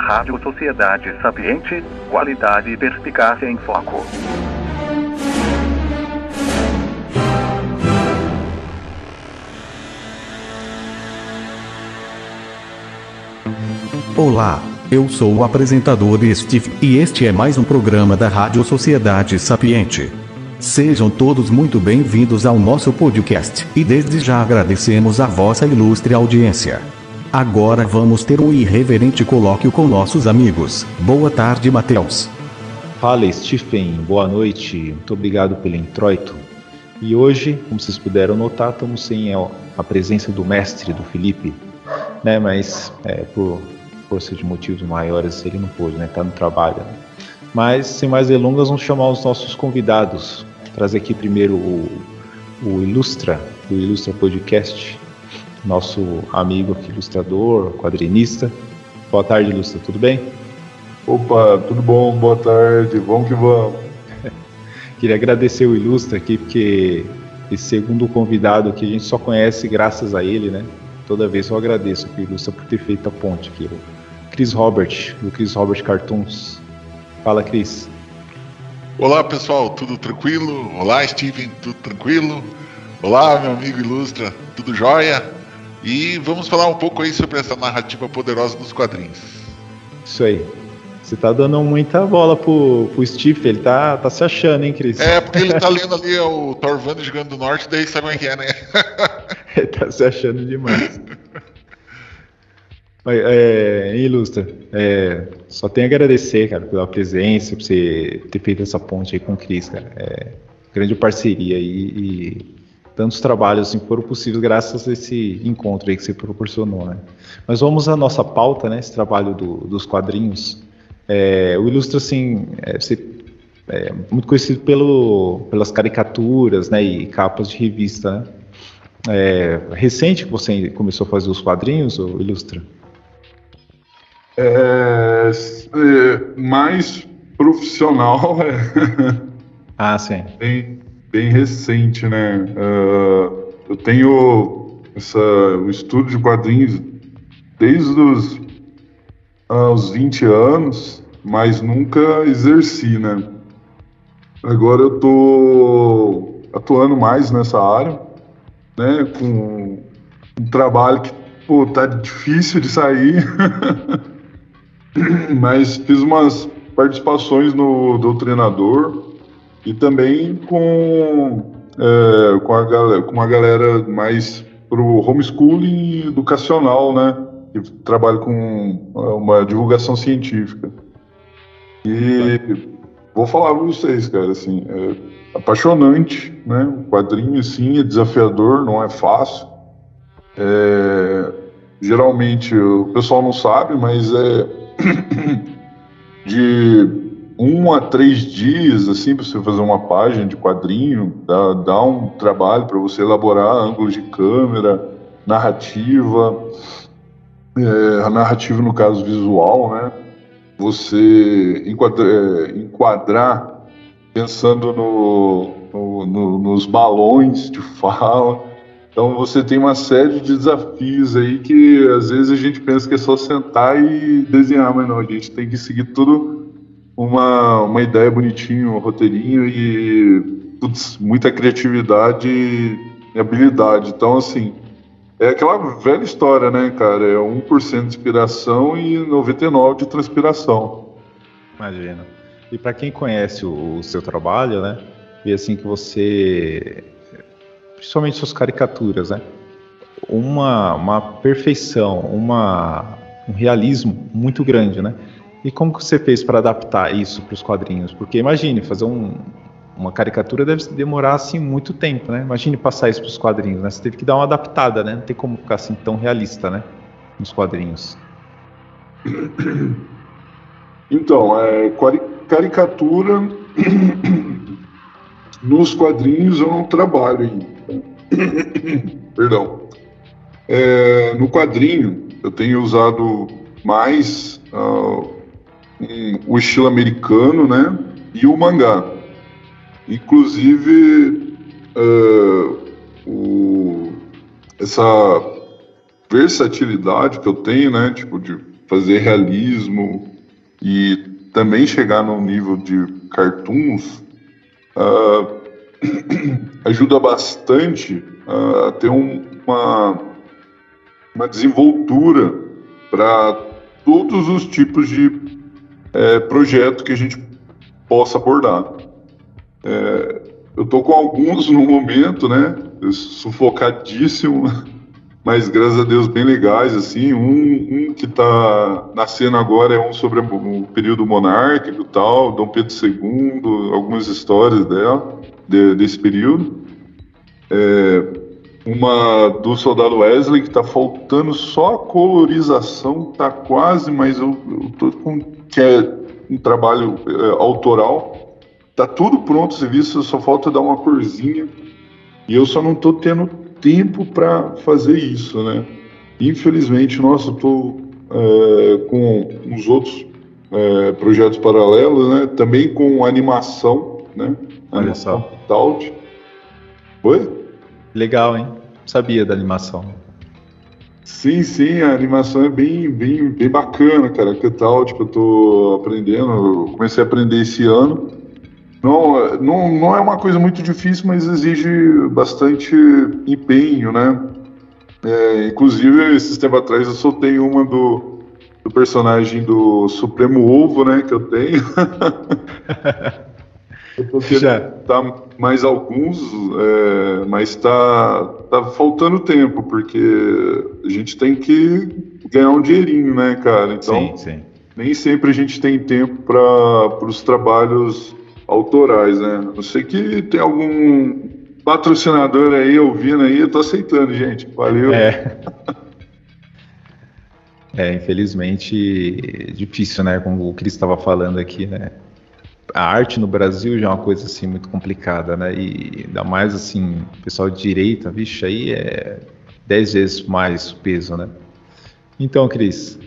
Rádio Sociedade Sapiente, qualidade e perspicácia em foco. Olá, eu sou o apresentador Steve e este é mais um programa da Rádio Sociedade Sapiente. Sejam todos muito bem-vindos ao nosso podcast e desde já agradecemos a vossa ilustre audiência. Agora vamos ter um irreverente colóquio com nossos amigos. Boa tarde, Matheus. Fala, Stephen. Boa noite. Muito obrigado pelo introito. E hoje, como vocês puderam notar, estamos sem a presença do mestre, do Felipe, né? Mas por força de motivos maiores ele não pôde, né? Tá no trabalho, né? Mas, sem mais delongas, vamos chamar os nossos convidados. Trazer aqui primeiro o Ilustra, do Ilustra Podcast, nosso amigo aqui, ilustrador, quadrinista. Boa tarde, Ilustra, tudo bem? Opa, tudo bom? Boa tarde, vamos que vamos. Queria agradecer o Ilustra aqui, porque esse segundo convidado aqui a gente só conhece graças a ele, né? Toda vez eu agradeço o Ilustra por ter feito a ponte aqui. O Chris Robert, do Chris Robert Cartoons. Fala, Chris. Olá, pessoal, tudo tranquilo? Olá, Steven, tudo tranquilo? Olá, meu amigo Ilustra, tudo jóia? E vamos falar um pouco aí sobre essa narrativa poderosa dos quadrinhos. Isso aí. Você tá dando muita bola pro Steve, ele tá se achando, hein, Chris? É, porque ele tá lendo ali o Thorvando Gigante do Norte, daí sabe o que é, né? Ele tá se achando demais. Ilustra, só tenho a agradecer, cara, pela presença, por você ter feito essa ponte aí com o Chris, cara. Grande parceria aí e tantos trabalhos assim, foram possíveis graças a esse encontro aí que você proporcionou, né? Mas vamos à nossa pauta, né? Esse trabalho dos quadrinhos. O Ilustra, assim, você é muito conhecido pelas caricaturas, né? E capas de revista, né? Recente que você começou a fazer os quadrinhos, ou Ilustra? Mais profissional, Ah, sim. Bem recente, né? Eu tenho o estudo de quadrinhos desde os 20 anos, mas nunca exerci, né? Agora eu tô atuando mais nessa área, né? Com um trabalho que, tá difícil de sair, mas fiz umas participações no Doutrinador e também com uma galera mais pro homeschooling educacional, né? Que trabalho com uma divulgação científica. E vou falar para vocês, cara, assim, é apaixonante, né? O quadrinho, sim, é desafiador, não é fácil. Geralmente o pessoal não sabe, mas de 1 a 3 dias, assim, para você fazer uma página de quadrinho, dá um trabalho para você elaborar ângulos de câmera, narrativa, a narrativa no caso visual, né? Você enquadrar pensando nos balões de fala. Então você tem uma série de desafios aí que às vezes a gente pensa que é só sentar e desenhar, mas não, a gente tem que seguir tudo uma ideia bonitinha, um roteirinho e muita criatividade e habilidade. Então, assim, é aquela velha história, né, cara? É 1% de inspiração e 99% de transpiração. Imagina. E para quem conhece o seu trabalho, né, vê assim que você, principalmente suas caricaturas, né, uma perfeição, um realismo muito grande, né? E como que você fez para adaptar isso para os quadrinhos? Porque imagine, fazer uma caricatura deve demorar assim muito tempo, né? Imagine passar isso para os quadrinhos, né? Você teve que dar uma adaptada, né? Não tem como ficar assim tão realista, né? Nos quadrinhos. Então, caricatura nos quadrinhos eu não trabalho ainda. Perdão. No quadrinho eu tenho usado mais o estilo americano, né? E o mangá. Inclusive, essa versatilidade que eu tenho, né? Tipo, de fazer realismo e também chegar no nível de cartoons, ajuda bastante a ter uma desenvoltura para todos os tipos de projeto que a gente possa abordar. Eu estou com alguns no momento, né, sufocadíssimo, mas graças a Deus bem legais, assim. Um que está nascendo agora é um sobre o período monárquico e tal, Dom Pedro II, algumas histórias desse período. Uma do Soldado Wesley, que está faltando só a colorização, tá quase, mas eu tô com que é um trabalho autoral. Tá tudo pronto o serviço, só falta dar uma corzinha. E eu só não tô tendo tempo para fazer isso, né? Infelizmente, nossa, eu tô com uns outros projetos paralelos, né? Também com animação, né? Olha só. Taut. Oi? Legal, hein? Sabia da animação. Sim, a animação é bem bacana, cara. Que tal, tipo, eu tô aprendendo, eu comecei a aprender esse ano. Não é uma coisa muito difícil, mas exige bastante empenho, né? Inclusive, esses tempos atrás eu soltei uma do personagem do Supremo Ovo, né? Que eu tenho. Já. Tá mais alguns, mas tá faltando tempo, porque a gente tem que ganhar um dinheirinho, né, cara? Então, sim. Nem sempre a gente tem tempo para os trabalhos autorais, né? Não sei que tem algum patrocinador aí ouvindo aí, eu tô aceitando, gente. Valeu. Infelizmente, difícil, né? Como o Cris estava falando aqui, né? A arte no Brasil já é uma coisa assim muito complicada, né? E ainda mais assim, o pessoal de direita, vixe, aí é 10 vezes mais o peso, né? Então, Cris.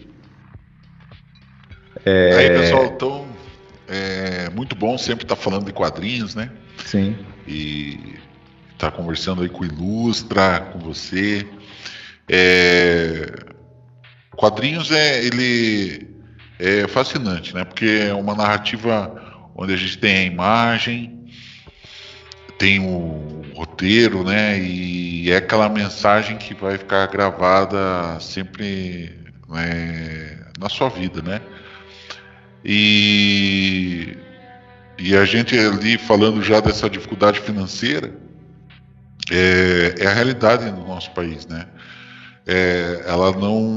Aí, pessoal, então, muito bom sempre estar falando de quadrinhos, né? Sim. E estar conversando aí com o Ilustra, com você. Quadrinhos ele é fascinante, né? Porque é uma narrativa onde a gente tem a imagem, tem o roteiro, né? E é aquela mensagem que vai ficar gravada sempre, né, na sua vida, né? E a gente ali falando já dessa dificuldade financeira, é a realidade no nosso país, né? Ela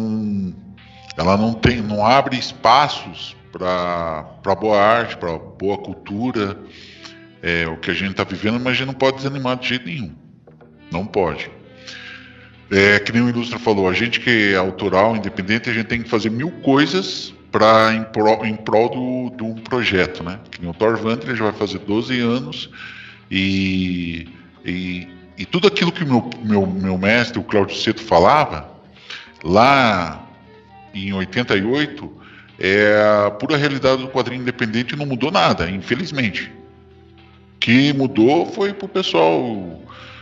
não abre espaços para boa arte, para boa cultura, o que a gente está vivendo, mas a gente não pode desanimar de jeito nenhum. Não pode. Que nem o Ilustra falou, a gente que é autoral, independente, a gente tem que fazer 1000 coisas em prol de um projeto, né? Que nem o Torvand, ele já vai fazer 12 anos e tudo aquilo que o meu mestre, o Cláudio Seto, falava lá em 88 é a pura realidade do quadrinho independente e não mudou nada, infelizmente. O que mudou foi pro pessoal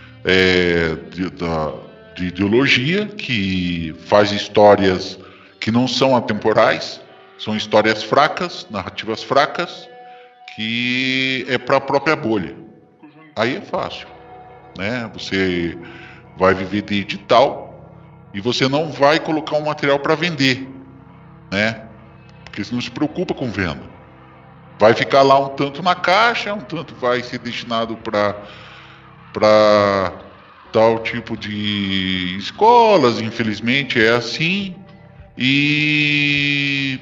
de ideologia, que faz histórias que não são atemporais, são histórias fracas, narrativas fracas, que é para a própria bolha. Aí é fácil, né? Você vai viver de edital e você não vai colocar um material para vender, né? Porque você não se preocupa com venda. Vai ficar lá um tanto na caixa, um tanto vai ser destinado para tal tipo de escolas, infelizmente é assim, e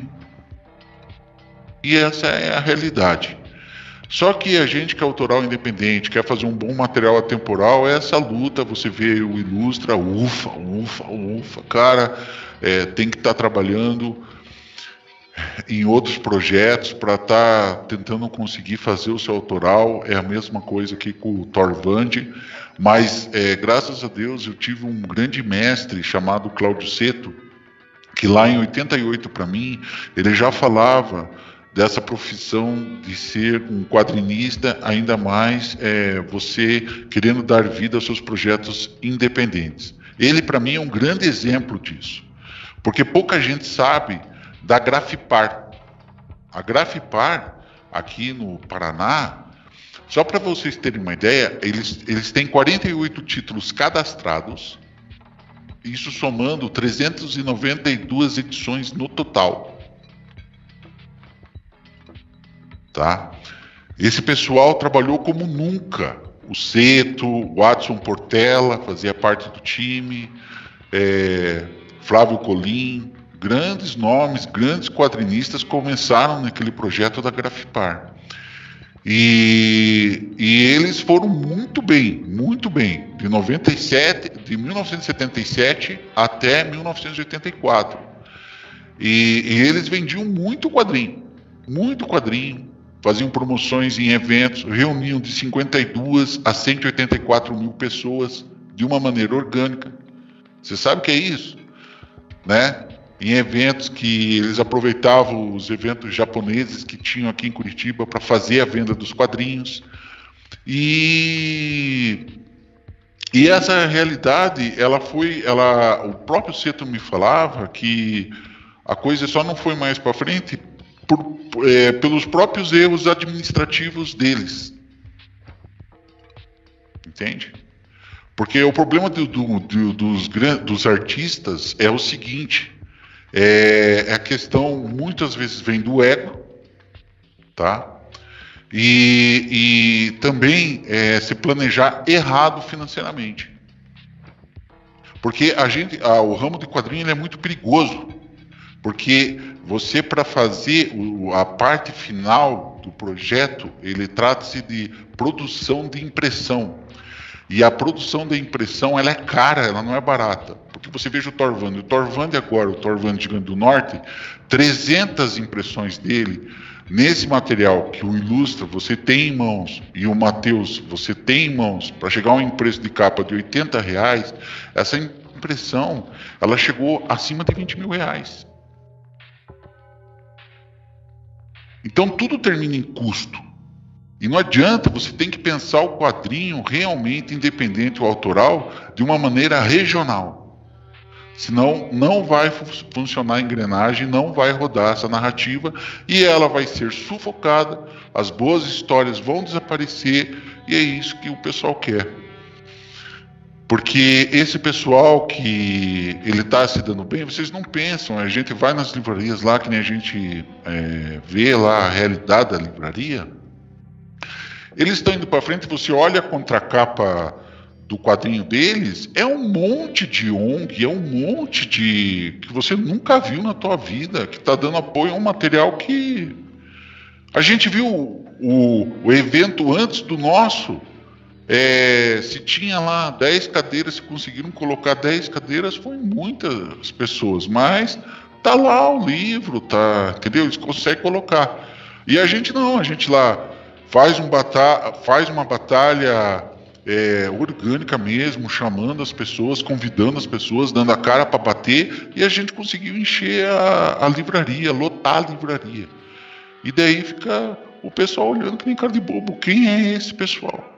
essa é a realidade. Só que a gente que é autoral independente, quer fazer um bom material atemporal, é essa luta. Você vê o Ilustra, ufa, cara, tem que estar trabalhando em outros projetos para estar tentando conseguir fazer o seu autoral. É a mesma coisa aqui com o Torvand, mas graças a Deus eu tive um grande mestre chamado Cláudio Seto, que lá em 88 para mim, ele já falava dessa profissão de ser um quadrinista, ainda mais você querendo dar vida aos seus projetos independentes. Ele para mim é um grande exemplo disso, porque pouca gente sabe da Grafipar. A Grafipar, aqui no Paraná, só para vocês terem uma ideia, eles têm 48 títulos cadastrados, isso somando 392 edições no total. Tá? Esse pessoal trabalhou como nunca. O Seto, o Adson Portela fazia parte do time, Flávio Colim, grandes nomes, grandes quadrinistas começaram naquele projeto da Grafipar. E eles foram muito bem, de 1977 até 1984. E eles vendiam muito quadrinho, faziam promoções em eventos, reuniam de 52 a 184 mil pessoas de uma maneira orgânica. Você sabe o que é isso? Né? Em eventos que eles aproveitavam os eventos japoneses que tinham aqui em Curitiba para fazer a venda dos quadrinhos. E essa realidade, o próprio Seto me falava que a coisa só não foi mais para frente pelos próprios erros administrativos deles. Entende? Porque o problema dos artistas é o seguinte, a questão muitas vezes vem do ego, tá? E também se planejar errado financeiramente. Porque o ramo de quadrinho ele é muito perigoso, porque você, para fazer a parte final do projeto, ele trata-se de produção de impressão. E a produção da impressão, ela é cara, ela não é barata. Porque você veja o Thorvand agora, o Thorvand Gigante do Norte, 300 impressões dele, nesse material que o Ilustra você tem em mãos, e o Matheus você tem em mãos, para chegar a um preço de capa de R$80, essa impressão, ela chegou acima de R$20 mil. Então tudo termina em custo. E não adianta, você tem que pensar o quadrinho realmente independente, o autoral, de uma maneira regional. Senão não vai funcionar a engrenagem, não vai rodar essa narrativa e ela vai ser sufocada, as boas histórias vão desaparecer e é isso que o pessoal quer. Porque esse pessoal que ele está se dando bem, vocês não pensam, a gente vai nas livrarias lá, que nem a gente vê lá a realidade da livraria, eles estão indo para frente, você olha a contracapa do quadrinho deles, é um monte de ONG, é um monte de que você nunca viu na tua vida, que está dando apoio a um material que a gente viu o evento antes do nosso, se tinha lá 10 cadeiras, se conseguiram colocar 10 cadeiras, foi muitas pessoas, mas tá lá o livro, tá, entendeu? Eles conseguem colocar. E a gente não, a gente lá faz uma batalha orgânica mesmo, chamando as pessoas, convidando as pessoas, dando a cara para bater, e a gente conseguiu encher a livraria, lotar a livraria. E daí fica o pessoal olhando que nem cara de bobo. Quem é esse pessoal?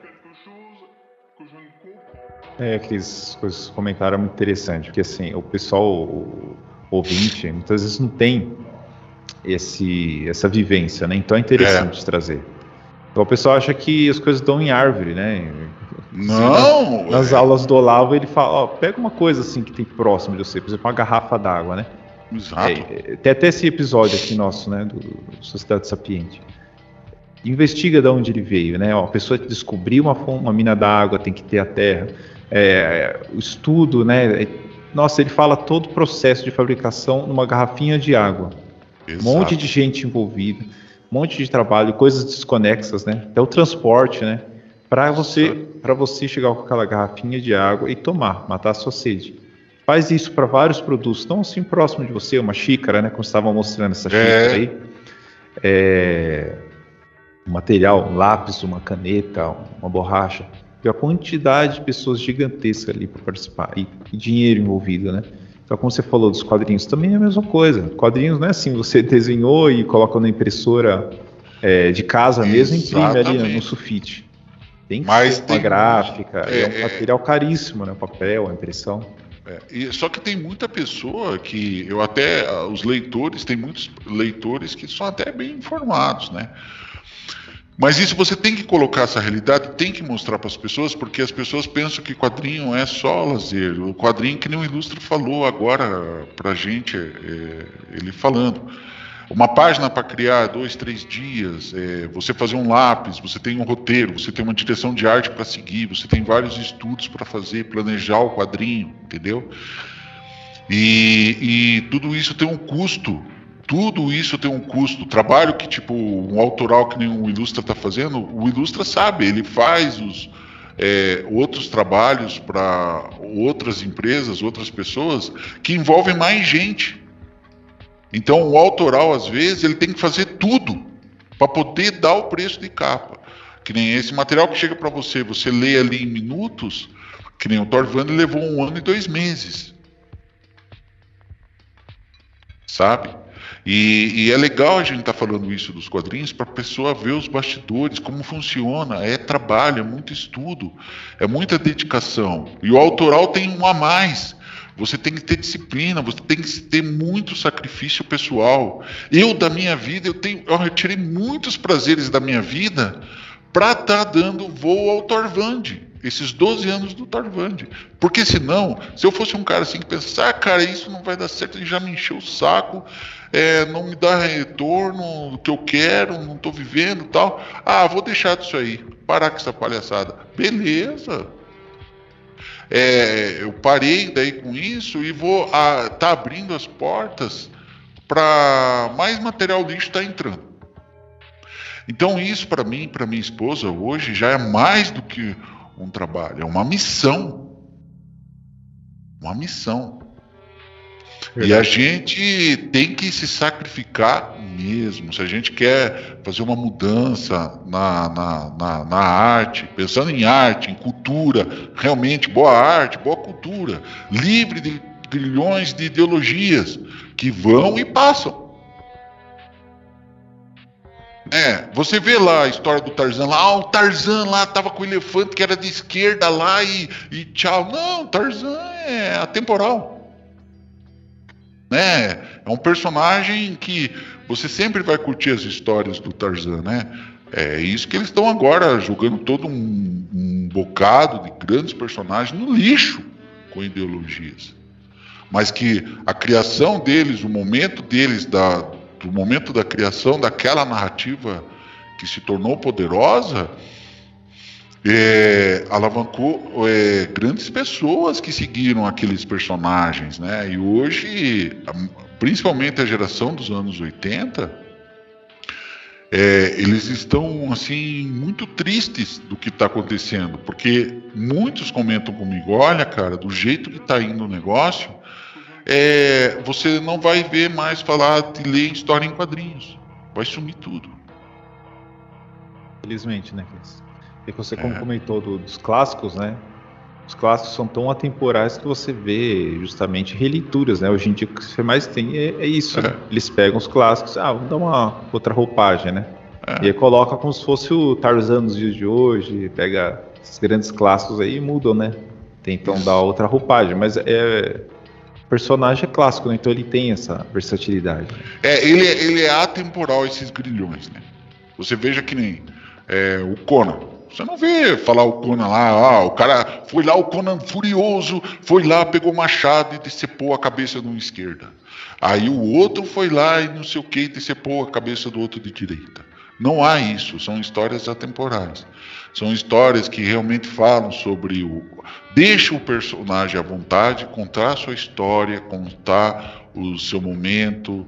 Aqueles comentários muito interessantes, porque assim, o pessoal, o ouvinte, muitas vezes não tem essa vivência, né? Então é interessante trazer. Então o pessoal acha que as coisas dão em árvore, né? Não! Nas aulas do Olavo ele fala, pega uma coisa assim que tem próximo de você, por exemplo, uma garrafa d'água, né? Exato. Tem até esse episódio aqui nosso, né, do Sociedade Sapiente. Investiga de onde ele veio, né? A pessoa descobrir uma mina d'água, tem que ter a terra. O estudo, né? Nossa, ele fala todo o processo de fabricação numa garrafinha de água. Exato. Um monte de gente envolvida, um monte de trabalho, coisas desconexas, né? Até o transporte, né? Para você chegar com aquela garrafinha de água e tomar, matar a sua sede. Faz isso para vários produtos, não assim próximo de você, uma xícara, né? Como você estava mostrando essa xícara aí. Um material, um lápis, uma caneta, uma borracha. E a quantidade de pessoas gigantesca ali para participar. E dinheiro envolvido, né? Então, como você falou dos quadrinhos, também é a mesma coisa. Quadrinhos não é assim, você desenhou e coloca na impressora de casa mesmo, imprime ali no sulfite. Tem que ser uma gráfica, é um material caríssimo, né? O papel, a impressão. Só que tem muita pessoa que tem muitos leitores que são até bem informados, né? Mas isso você tem que colocar essa realidade, tem que mostrar para as pessoas, porque as pessoas pensam que quadrinho é só lazer. O quadrinho, que nem o Ilustra falou agora pra gente, ele falando. Uma página para criar 2, 3 dias, você fazer um lápis, você tem um roteiro, você tem uma direção de arte para seguir, você tem vários estudos para fazer, planejar o quadrinho, entendeu? E tudo isso tem um custo. Tudo isso tem um custo. O trabalho que, tipo, um autoral que nem o Ilustra está fazendo, o Ilustra sabe, ele faz outros trabalhos para outras empresas, outras pessoas, que envolvem mais gente. Então, o autoral, às vezes, ele tem que fazer tudo para poder dar o preço de capa. Que nem esse material que chega para você lê ali em minutos, que nem o Torvand levou 1 ano e 2 meses. Sabe? E é legal a gente estar falando isso dos quadrinhos para a pessoa ver os bastidores, como funciona. É trabalho, é muito estudo, é muita dedicação. E o autoral tem um a mais. Você tem que ter disciplina, você tem que ter muito sacrifício pessoal. Eu, da minha vida, eu retirei muitos prazeres da minha vida para estar dando voo ao Torvand. Esses 12 anos do Torvand. Porque senão, se eu fosse um cara assim que pensasse, cara, isso não vai dar certo, ele já me encheu o saco, não me dá retorno do que eu quero, não estou vivendo e tal. Vou deixar disso aí, parar com essa palhaçada. Beleza. Eu parei daí com isso e vou tá abrindo as portas para mais material lixo estar entrando. Então isso para mim, para minha esposa hoje já é mais do que um trabalho, é uma missão. Uma missão. Verdade. E a gente tem que se sacrificar mesmo. Se a gente quer fazer uma mudança na arte, pensando em arte, em cultura, realmente boa arte, boa cultura, livre de grilhões de ideologias que vão e passam. Você vê lá a história do Tarzan lá, o Tarzan lá tava com o elefante que era de esquerda lá e tchau. Não, Tarzan é atemporal. É um personagem que você sempre vai curtir as histórias do Tarzan, né? É isso que eles estão agora jogando todo um bocado de grandes personagens no lixo com ideologias. Mas que a criação deles, o momento deles do momento da criação daquela narrativa que se tornou poderosa, alavancou grandes pessoas que seguiram aqueles personagens, né? E hoje, principalmente a geração dos anos 80, eles estão assim muito tristes do que está acontecendo, porque muitos comentam comigo, olha cara, do jeito que está indo o negócio, você não vai ver mais falar de ler história em quadrinhos. Vai sumir tudo. Felizmente, né, Cris? E você comentou dos clássicos, né? Os clássicos são tão atemporais que você vê justamente releituras, né? Hoje em dia o que você mais tem é isso. Né? Eles pegam os clássicos, vamos dar uma outra roupagem, né? E aí coloca como se fosse o Tarzan dos dias de hoje, pega esses grandes clássicos aí e mudam, né? Tentam dar outra roupagem, mas o personagem é clássico, né? Então ele tem essa versatilidade. Ele é atemporal, esses grilhões, né? Você veja que nem o Conan. Você não vê falar o Conan lá, o cara foi lá, o Conan furioso, foi lá, pegou o machado e decepou a cabeça de um esquerda. Aí o outro foi lá e não sei o que, e decepou a cabeça do outro de direita. Não há isso, são histórias atemporais. São histórias que realmente falam sobre deixa o personagem à vontade, contar a sua história, contar o seu momento,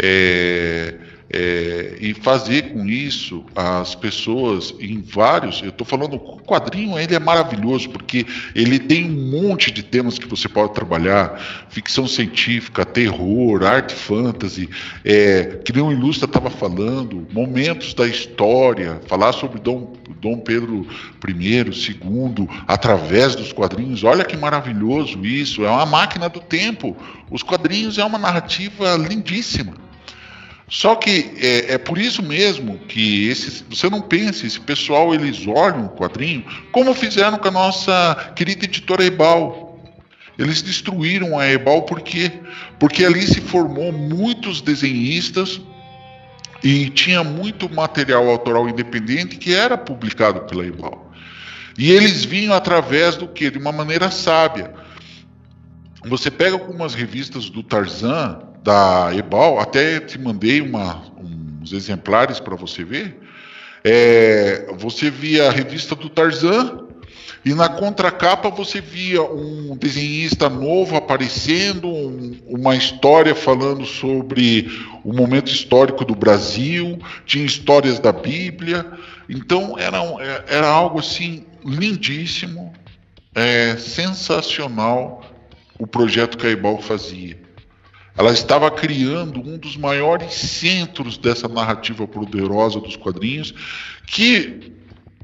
e fazer com isso as pessoas em vários... Eu estou falando, o quadrinho ele é maravilhoso, porque ele tem um monte de temas que você pode trabalhar, ficção científica, terror, arte fantasy, que nem o Ilustra estava falando, momentos da história, falar sobre Dom Pedro I, II, através dos quadrinhos. Olha que maravilhoso isso, é uma máquina do tempo. Os quadrinhos é uma narrativa lindíssima. Só que é por isso mesmo que você não pensa, esse pessoal eles olham o quadrinho como fizeram com a nossa querida editora Ebal. Eles destruíram a Ebal por quê? Porque ali se formou muitos desenhistas e tinha muito material autoral independente que era publicado pela Ebal. E eles vinham através do quê? De uma maneira sábia. Você pega algumas revistas do Tarzan, da Ebal, até te mandei uns exemplares para você ver. Você via a revista do Tarzan e na contracapa você via um desenhista novo aparecendo, uma história falando sobre o momento histórico do Brasil, tinha histórias da Bíblia. Então era algo assim lindíssimo, sensacional o projeto que a Ebal fazia. Ela estava criando um dos maiores centros dessa narrativa poderosa dos quadrinhos, que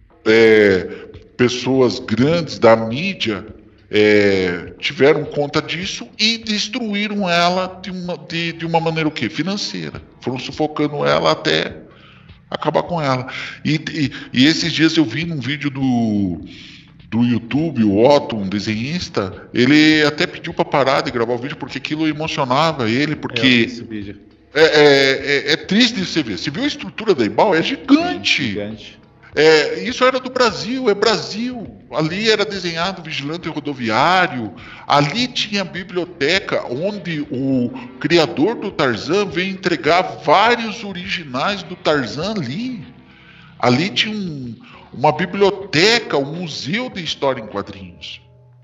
pessoas grandes da mídia tiveram conta disso e destruíram ela de uma maneira o quê? Financeira. Foram sufocando ela até acabar com ela. E esses dias eu vi num vídeo do YouTube, o Otto, um desenhista, ele até pediu para parar de gravar o vídeo porque aquilo emocionava ele, porque esse vídeo. é triste de você ver. Você viu a estrutura da Ebal? É gigante. Gigante. Isso era do Brasil, é Brasil. Ali era desenhado vigilante rodoviário, ali tinha a biblioteca onde o criador do Tarzan veio entregar vários originais do Tarzan ali. Ali tinha uma biblioteca, um museu de história em quadrinhos.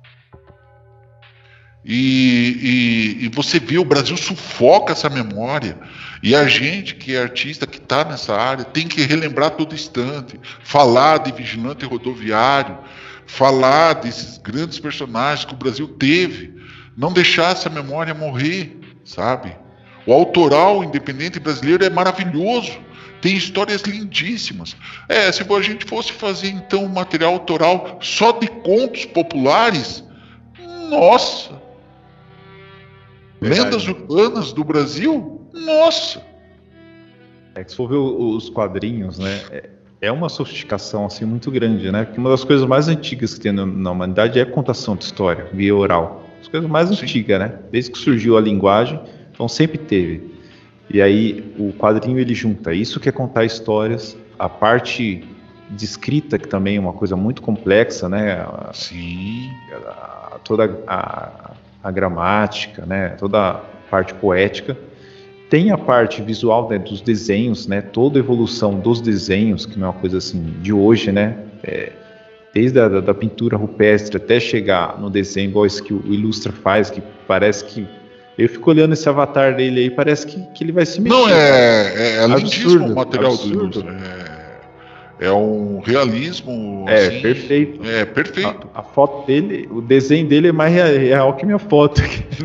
E você vê, o Brasil sufoca essa memória. E a gente que é artista, que está nessa área, tem que relembrar todo instante. Falar de vigilante rodoviário, falar desses grandes personagens que o Brasil teve. Não deixar essa memória morrer, sabe? O autoral independente brasileiro é maravilhoso. Tem histórias lindíssimas. Se a gente fosse fazer então um material autoral só de contos populares, nossa! Verdade. Lendas urbanas do Brasil, nossa! Que se for ver os quadrinhos, né, é uma sofisticação assim muito grande, né? Porque uma das coisas mais antigas que tem na humanidade é a contação de história, via oral. As coisas mais antigas, né? Desde que surgiu a linguagem, então sempre teve. E aí o quadrinho ele junta isso que é contar histórias, a parte de escrita, que também é uma coisa muito complexa, né? Sim. Toda a gramática, né? Toda a parte poética. Tem a parte visual, né, dos desenhos, né? Toda a evolução dos desenhos, que não é uma coisa assim de hoje, né? Desde a pintura rupestre até chegar no desenho igual esse que o Ilustra faz, que parece que eu fico olhando esse avatar dele aí, parece que ele vai se mexer. Não, é lindíssimo o material absurdo. do Ilustra. É um realismo. Assim, perfeito. É perfeito. A foto dele, o desenho dele é mais real que minha foto.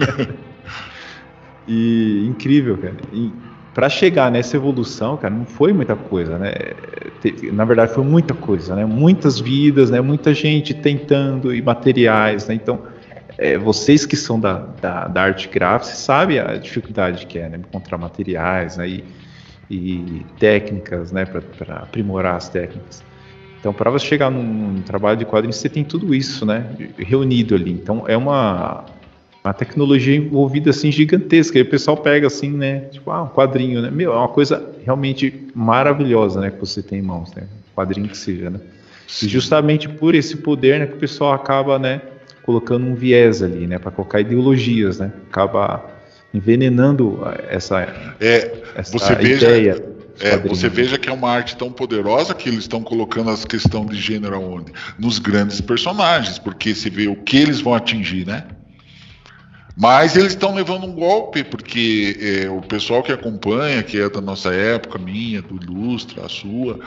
E incrível, cara. E para chegar nessa evolução, cara, não foi muita coisa, né? Na verdade, foi muita coisa, né? Muitas vidas, né? Muita gente tentando e materiais, né? Então, vocês que são da arte gráfica sabem a dificuldade que é, né? Encontrar materiais, né? E técnicas, né? Para aprimorar as técnicas. Então, para você chegar num trabalho de quadrinhos, você tem tudo isso, né? Reunido ali. Então, é uma tecnologia envolvida assim gigantesca. Aí o pessoal pega assim, né? Tipo, um quadrinho, né? Meu, é uma coisa realmente maravilhosa, né? Que você tem em mãos, né? Quadrinho que seja, né? Sim. E justamente por esse poder, né? Que o pessoal acaba, né? Colocando um viés ali, né? Para colocar ideologias, né? Acaba envenenando essa você veja, ideia. Você veja que é uma arte tão poderosa que eles estão colocando as questões de gênero aonde? Nos grandes personagens, porque você vê o que eles vão atingir, né? Mas eles estão levando um golpe, porque o pessoal que acompanha, que é da nossa época, minha, do Ilustra, a sua,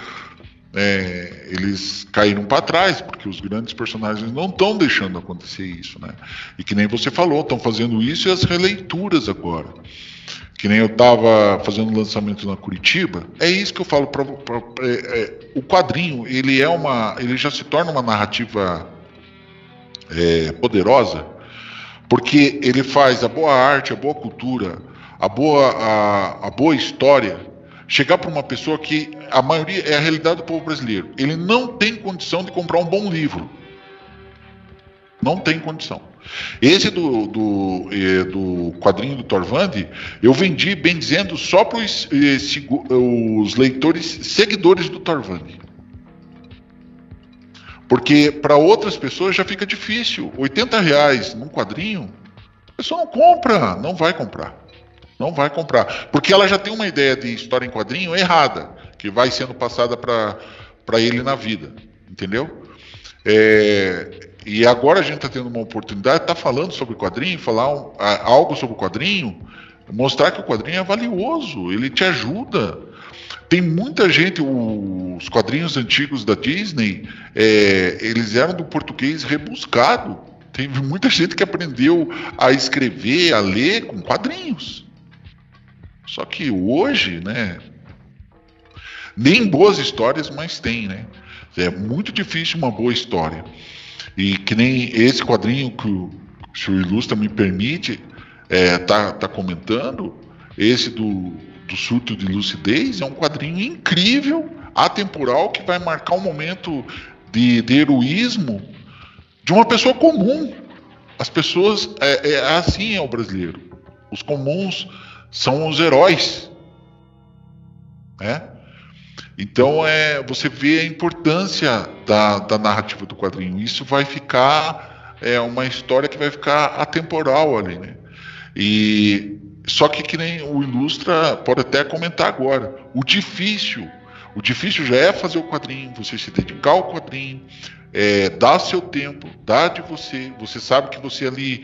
eles caíram para trás, porque os grandes personagens não estão deixando acontecer isso, né? E que nem você falou, estão fazendo isso e as releituras agora. Que nem eu estava fazendo lançamento na Curitiba, é isso que eu falo para o quadrinho, ele já se torna uma narrativa poderosa, porque ele faz a boa arte, a boa cultura, a boa história chegar para uma pessoa que a maioria é a realidade do povo brasileiro. Ele não tem condição de comprar um bom livro. Não tem condição. Esse do quadrinho do Torvandi, eu vendi, bem dizendo, só para os leitores seguidores do Torvandi. Porque para outras pessoas já fica difícil. R$80 num quadrinho, a pessoa não compra, não vai comprar. Não vai comprar. Porque ela já tem uma ideia de história em quadrinho errada, que vai sendo passada para ele na vida. Entendeu? E agora a gente está tendo uma oportunidade de estar falando sobre o quadrinho, falar algo sobre o quadrinho, mostrar que o quadrinho é valioso, ele te ajuda. Tem muita gente, os quadrinhos antigos da Disney, eles eram do português rebuscado. Tem muita gente que aprendeu a escrever, a ler com quadrinhos. Só que hoje, né, nem boas histórias mais tem, né? É muito difícil uma boa história. E que nem esse quadrinho que o senhor Ilustra me permite tá comentando, esse do surto de lucidez, é um quadrinho incrível, atemporal, que vai marcar um momento de heroísmo de uma pessoa comum. As pessoas, assim é o brasileiro. Os comuns são os heróis, né? Então você vê a importância da narrativa do quadrinho. Isso vai ficar uma história que vai ficar atemporal ali, né? Só que nem o Ilustra pode até comentar agora. O difícil já é fazer o quadrinho, você se dedicar ao quadrinho, dar seu tempo, dar de você. Você sabe que você ali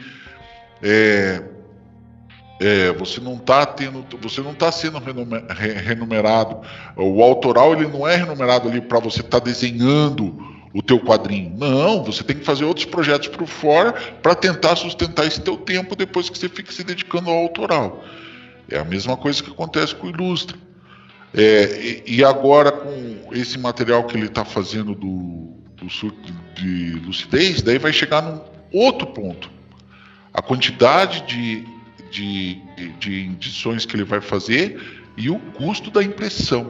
você não está sendo remunerado. O autoral, ele não é remunerado ali para você estar desenhando o teu quadrinho. Não, você tem que fazer outros projetos por fora para tentar sustentar esse teu tempo depois que você fica se dedicando ao autoral. É a mesma coisa que acontece com o Ilustra. E agora, com esse material que ele está fazendo do surto de lucidez, daí vai chegar num outro ponto. A quantidade de edições que ele vai fazer e o custo da impressão.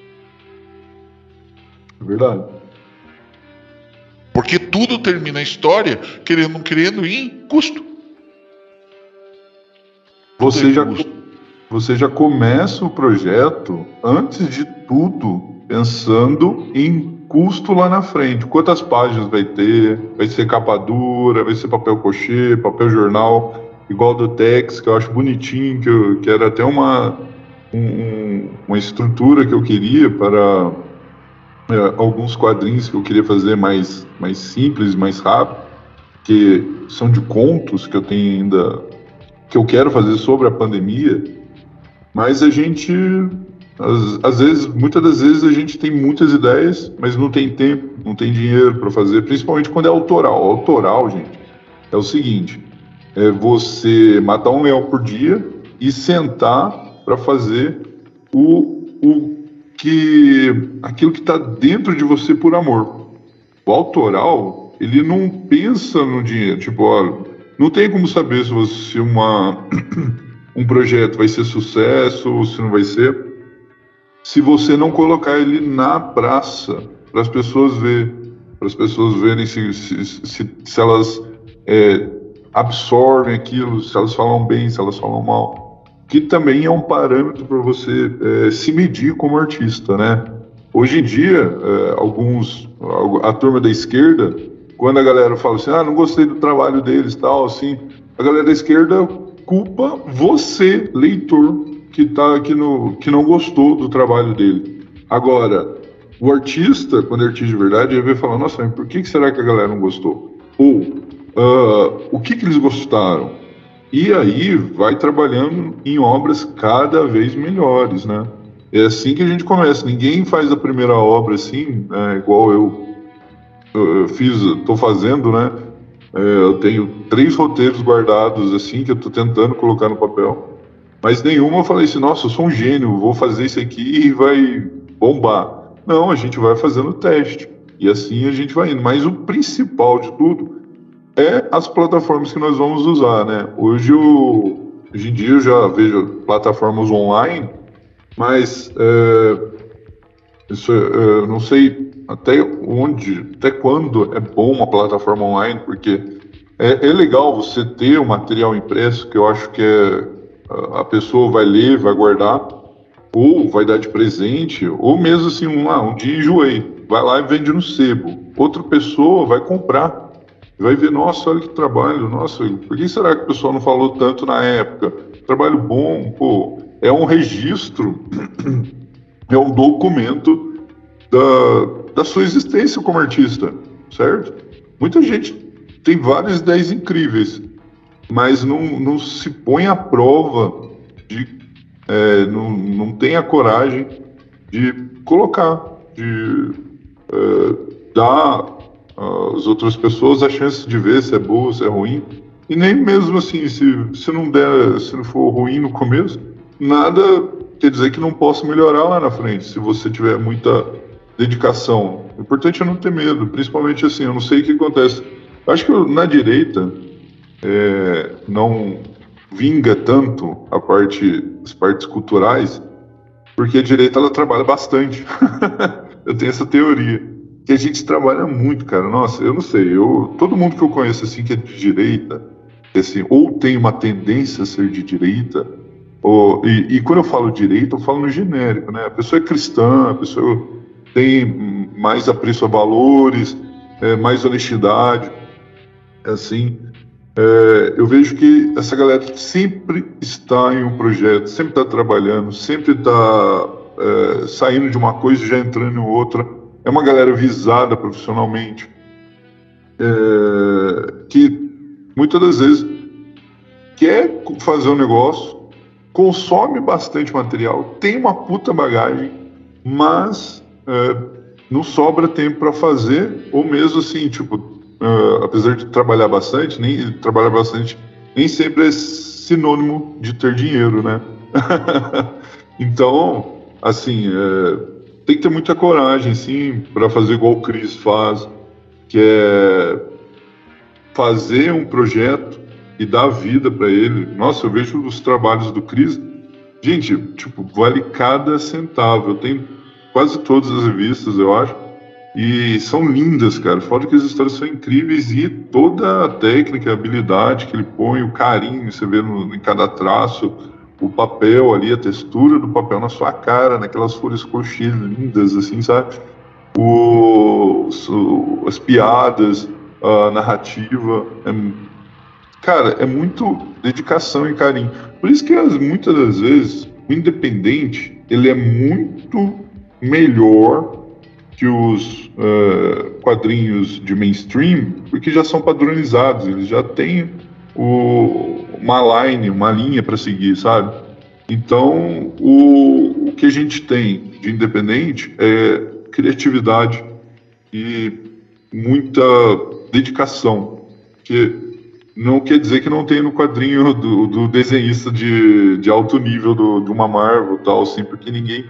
É verdade. Porque tudo termina a história, querendo ou não querendo, em custo. Você já começa o projeto, antes de tudo, pensando em custo lá na frente. Quantas páginas vai ter? Vai ser capa dura? Vai ser papel cochê, papel jornal? Igual do Tex, que eu acho bonitinho, que era até uma estrutura que eu queria para alguns quadrinhos que eu queria fazer mais simples, mais rápido, que são de contos que eu tenho ainda, que eu quero fazer sobre a pandemia, mas a gente, muitas das vezes a gente tem muitas ideias, mas não tem tempo, não tem dinheiro para fazer, principalmente quando é autoral. Autoral, gente, é o seguinte: você matar um leão por dia e sentar para fazer aquilo que está dentro de você por amor. O autoral, ele não pensa no dinheiro. Tipo, olha, não tem como saber se um projeto vai ser sucesso ou se não vai ser, se você não colocar ele na praça para as pessoas verem se elas absorvem aquilo, se elas falam bem, se elas falam mal, que também é um parâmetro para você se medir como artista, né? Hoje em dia, a turma da esquerda, quando a galera fala assim, não gostei do trabalho deles, tal, assim, a galera da esquerda culpa você, leitor, que não gostou do trabalho dele. Agora, o artista, quando é artista de verdade, ele vai falar, nossa, mas por que será que a galera não gostou? Ou o que eles gostaram? E aí vai trabalhando em obras cada vez melhores, né? É assim que a gente começa. Ninguém faz a primeira obra assim, igual eu estou fazendo, né? Eu tenho 3 roteiros guardados assim que eu estou tentando colocar no papel, mas nenhuma eu falei assim, nossa, eu sou um gênio, vou fazer isso aqui e vai bombar. Não, a gente vai fazendo teste e assim a gente vai indo. Mas o principal de tudo é as plataformas que nós vamos usar, né? Hoje em dia eu já vejo plataformas online, mas não sei até quando é bom uma plataforma online, porque É legal você ter o material impresso, que eu acho que a pessoa vai ler, vai guardar, ou vai dar de presente, ou mesmo assim, um dia enjoei, vai lá e vende no sebo. Outra pessoa vai comprar, vai ver, nossa, olha que trabalho, nossa, por que será que o pessoal não falou tanto na época? Trabalho bom, pô, é um registro, é um documento da sua existência como artista, certo? Muita gente tem várias ideias incríveis, mas não se põe à prova, não tem a coragem de colocar, de dar às outras pessoas a chance de ver se é boa, se é ruim. E nem mesmo assim, se não for ruim no começo, nada quer dizer que não possa melhorar lá na frente, se você tiver muita dedicação. O importante é não ter medo, principalmente assim, eu não sei o que acontece. Acho que na direita não vinga tanto as partes culturais, porque a direita ela trabalha bastante. Eu tenho essa teoria, que a gente trabalha muito, cara. Nossa, eu não sei, todo mundo que eu conheço assim que é de direita, assim, ou tem uma tendência a ser de direita, e quando eu falo direita, eu falo no genérico, né? A pessoa é cristã, a pessoa tem mais apreço a valores, mais honestidade, assim. Eu vejo que essa galera sempre está em um projeto, sempre está trabalhando, sempre está saindo de uma coisa e já entrando em outra. É uma galera visada profissionalmente, que muitas das vezes quer fazer um negócio, consome bastante material, tem uma puta bagagem, mas não sobra tempo para fazer, ou mesmo assim, tipo, apesar de trabalhar bastante, nem sempre é sinônimo de ter dinheiro, né? Então, assim, tem que ter muita coragem, sim, para fazer igual o Cris faz, que é fazer um projeto e dar vida para ele. Nossa, eu vejo os trabalhos do Cris, gente, tipo, vale cada centavo. Eu tenho quase todas as revistas, eu acho, e são lindas, cara. Fora que as histórias são incríveis e toda a técnica, a habilidade que ele põe, o carinho, você vê em cada traço, o papel ali, a textura do papel na sua cara, naquelas folhas crochê lindas, assim, sabe? As piadas, a narrativa. Cara, é muito dedicação e carinho. Por isso que muitas das vezes o independente ele é muito melhor que os quadrinhos de mainstream, porque já são padronizados, eles já têm uma linha para seguir, sabe? Então, o que a gente tem de independente é criatividade e muita dedicação, que não quer dizer que não tem no quadrinho do desenhista de alto nível de uma Marvel e tal, assim, porque ninguém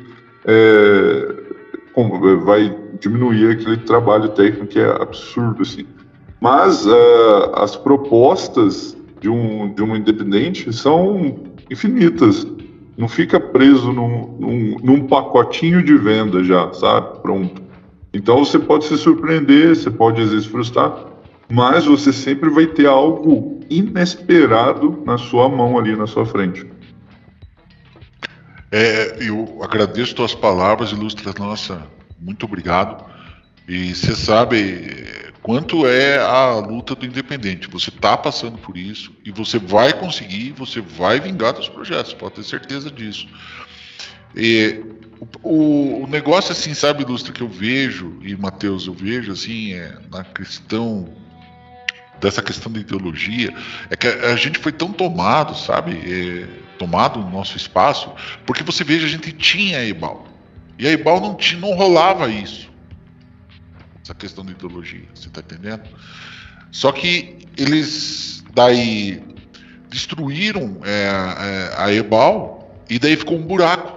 vai diminuir aquele trabalho técnico que é absurdo, assim. Mas as propostas de um independente são infinitas. Não fica preso num pacotinho de venda já, sabe? Pronto. Então você pode se surpreender, você pode às vezes frustrar, mas você sempre vai ter algo inesperado na sua mão ali, na sua frente. Eu agradeço tuas palavras, Ilustra. Nossa, muito obrigado. E você sabe quanto é a luta do independente. Você está passando por isso e você vai conseguir, você vai vingar dos projetos, pode ter certeza disso. O negócio, assim, sabe, Ilustra, que eu vejo, e Matheus, eu vejo, assim, na questão dessa questão de ideologia, é que a gente foi tão tomado, sabe, tomado no nosso espaço, porque você veja, a gente tinha a Ebal, e a Ebal não rolava isso, essa questão de ideologia, você tá entendendo? Só que eles daí destruíram a Ebal, e daí ficou um buraco.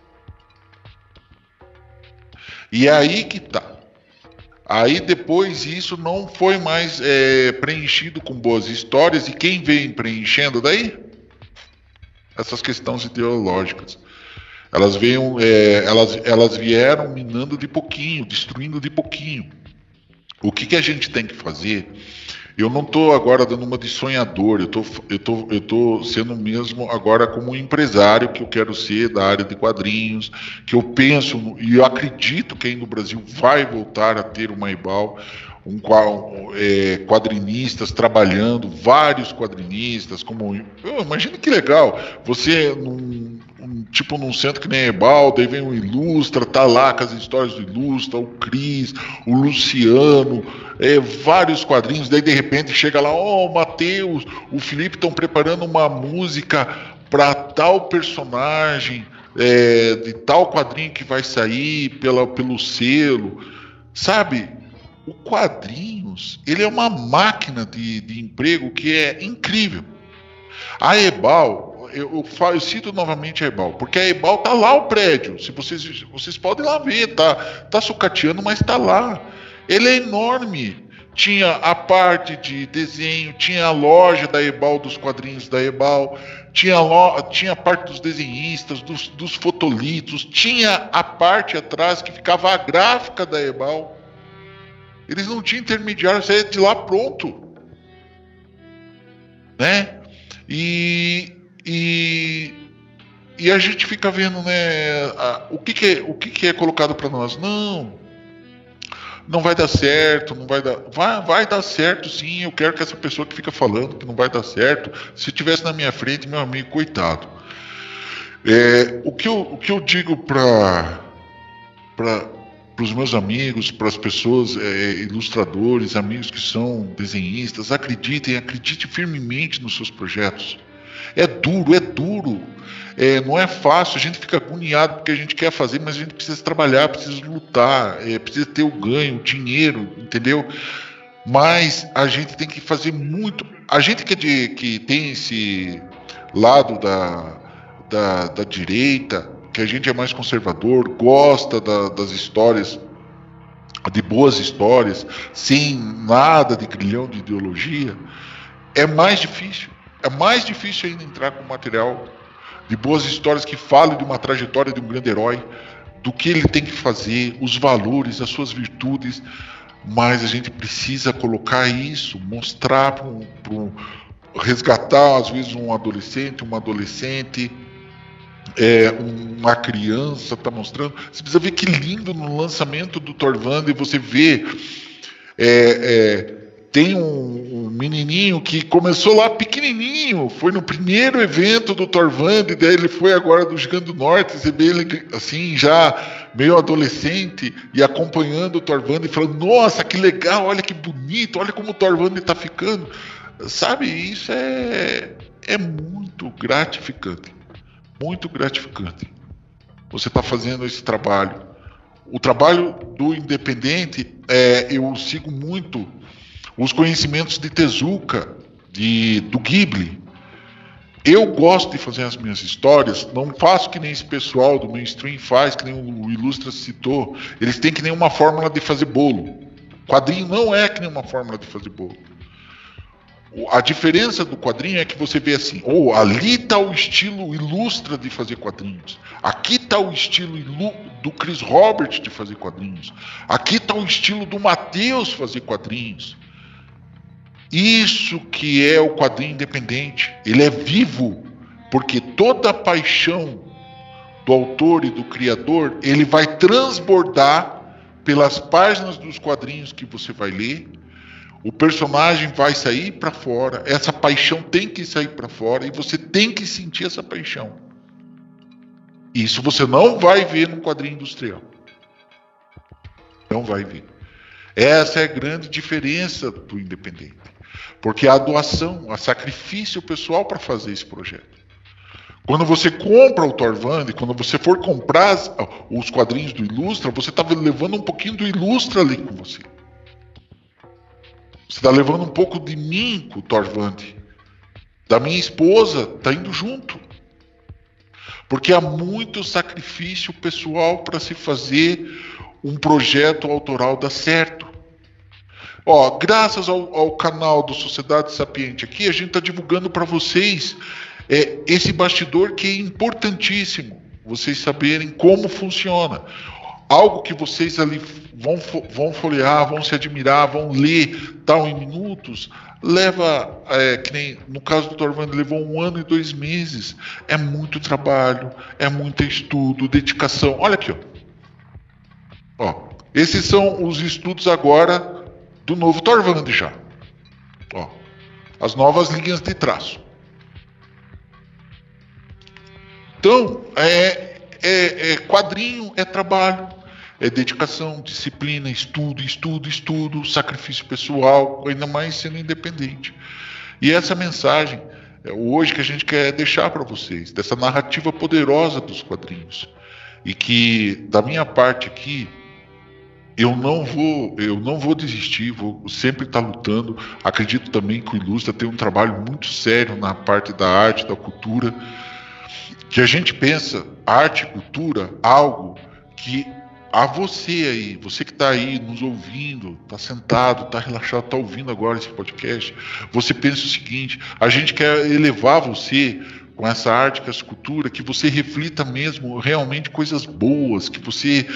E é aí que tá. Aí depois isso não foi mais preenchido com boas histórias. E quem vem preenchendo daí? Essas questões ideológicas. Elas vieram minando de pouquinho, destruindo de pouquinho. O que a gente tem que fazer? Eu não estou agora dando uma de sonhador, eu tô sendo mesmo agora como um empresário que eu quero ser da área de quadrinhos, que eu penso e eu acredito que ainda o Brasil vai voltar a ter uma EBAL, quadrinistas trabalhando, vários quadrinistas, imagina que legal, você num centro que nem a EBAL, daí vem o Ilustra, tá lá com as histórias do Ilustra, o Cris, o Luciano, vários quadrinhos, daí de repente chega lá, o Matheus, o Felipe estão preparando uma música para tal personagem, de tal quadrinho que vai sair pelo selo, sabe? O quadrinhos, ele é uma máquina de emprego que é incrível. A EBAL, eu cito novamente a EBAL, porque a EBAL tá lá o prédio, se vocês podem lá ver, tá sucateando, mas tá lá. Ele é enorme. Tinha a parte de desenho, tinha a loja da EBAL, dos quadrinhos da EBAL, tinha a parte dos desenhistas, dos fotolitos, tinha a parte atrás que ficava a gráfica da EBAL. Eles não tinham intermediário, saía de lá pronto, né? E a gente fica vendo, né? O que é colocado para nós? Não vai dar certo, não vai dar. Vai dar certo, sim. Eu quero que essa pessoa que fica falando que não vai dar certo, se estivesse na minha frente, meu amigo, coitado. O que eu digo para os meus amigos, para as pessoas, ilustradores, amigos que são desenhistas, acredite firmemente nos seus projetos. É duro, não é fácil, a gente fica agoniado porque a gente quer fazer, mas a gente precisa trabalhar, precisa lutar, precisa ter o ganho, o dinheiro, entendeu? Mas a gente tem que fazer muito. A gente que tem esse lado da direita, que a gente é mais conservador, gosta das histórias, de boas histórias, sem nada de grilhão de ideologia, é mais difícil ainda entrar com material de boas histórias que falem de uma trajetória de um grande herói, do que ele tem que fazer, os valores, as suas virtudes, mas a gente precisa colocar isso, mostrar resgatar às vezes uma adolescente, uma criança está mostrando. Você precisa ver que lindo no lançamento do Torvand, e você vê tem um menininho que começou lá pequenininho, foi no primeiro evento do Torvand, daí ele foi agora do Gigante do Norte, você vê ele assim já meio adolescente e acompanhando o Torvand e falando, nossa, que legal, olha que bonito, olha como o Torvand está ficando, sabe? Isso é muito gratificante. Muito gratificante. Você está fazendo esse trabalho. O trabalho do independente, eu sigo muito os conhecimentos de Tezuka, do Ghibli. Eu gosto de fazer as minhas histórias, não faço que nem esse pessoal do mainstream faz, que nem o Ilustra citou. Eles têm que nem uma fórmula de fazer bolo. Quadrinho não é que nem uma fórmula de fazer bolo. A diferença do quadrinho é que você vê assim, ali está o estilo Ilustra de fazer quadrinhos, aqui está o estilo do Chris Robert de fazer quadrinhos, aqui está o estilo do Matheus fazer quadrinhos. Isso que é o quadrinho independente, ele é vivo, porque toda a paixão do autor e do criador, ele vai transbordar pelas páginas dos quadrinhos que você vai ler. O personagem vai sair para fora, essa paixão tem que sair para fora e você tem que sentir essa paixão. Isso você não vai ver num quadrinho industrial. Não vai ver. Essa é a grande diferença do independente. Porque há doação, há sacrifício pessoal para fazer esse projeto. Quando você compra o Torvand, quando você for comprar os quadrinhos do Ilustra, você está levando um pouquinho do Ilustra ali com você. Você está levando um pouco de mim com o Torvand. Da minha esposa, está indo junto. Porque há muito sacrifício pessoal para se fazer um projeto autoral dar certo. Graças ao canal do Sociedade Sapiente aqui, a gente está divulgando para vocês esse bastidor que é importantíssimo. Vocês saberem como funciona. Algo que vocês ali vão folhear, vão se admirar, vão ler tal em minutos, leva, que nem no caso do Torvando, levou 1 ano e 2 meses. É muito trabalho, é muito estudo, dedicação. Olha aqui, ó. Esses são os estudos agora do novo Torvando já. Ó, as novas linhas de traço. Então, quadrinho é trabalho, é dedicação, disciplina, estudo, sacrifício pessoal, ainda mais sendo independente. E essa mensagem, hoje, que a gente quer deixar para vocês, dessa narrativa poderosa dos quadrinhos. E que, da minha parte aqui, eu não vou desistir, vou sempre estar lutando. Acredito também que o Ilustra tem um trabalho muito sério na parte da arte, da cultura, que a gente pensa arte e cultura, algo que a você aí, você que está aí nos ouvindo, está sentado, está relaxado, está ouvindo agora esse podcast, você pensa o seguinte: a gente quer elevar você com essa arte, com essa cultura, que você reflita mesmo realmente coisas boas, que você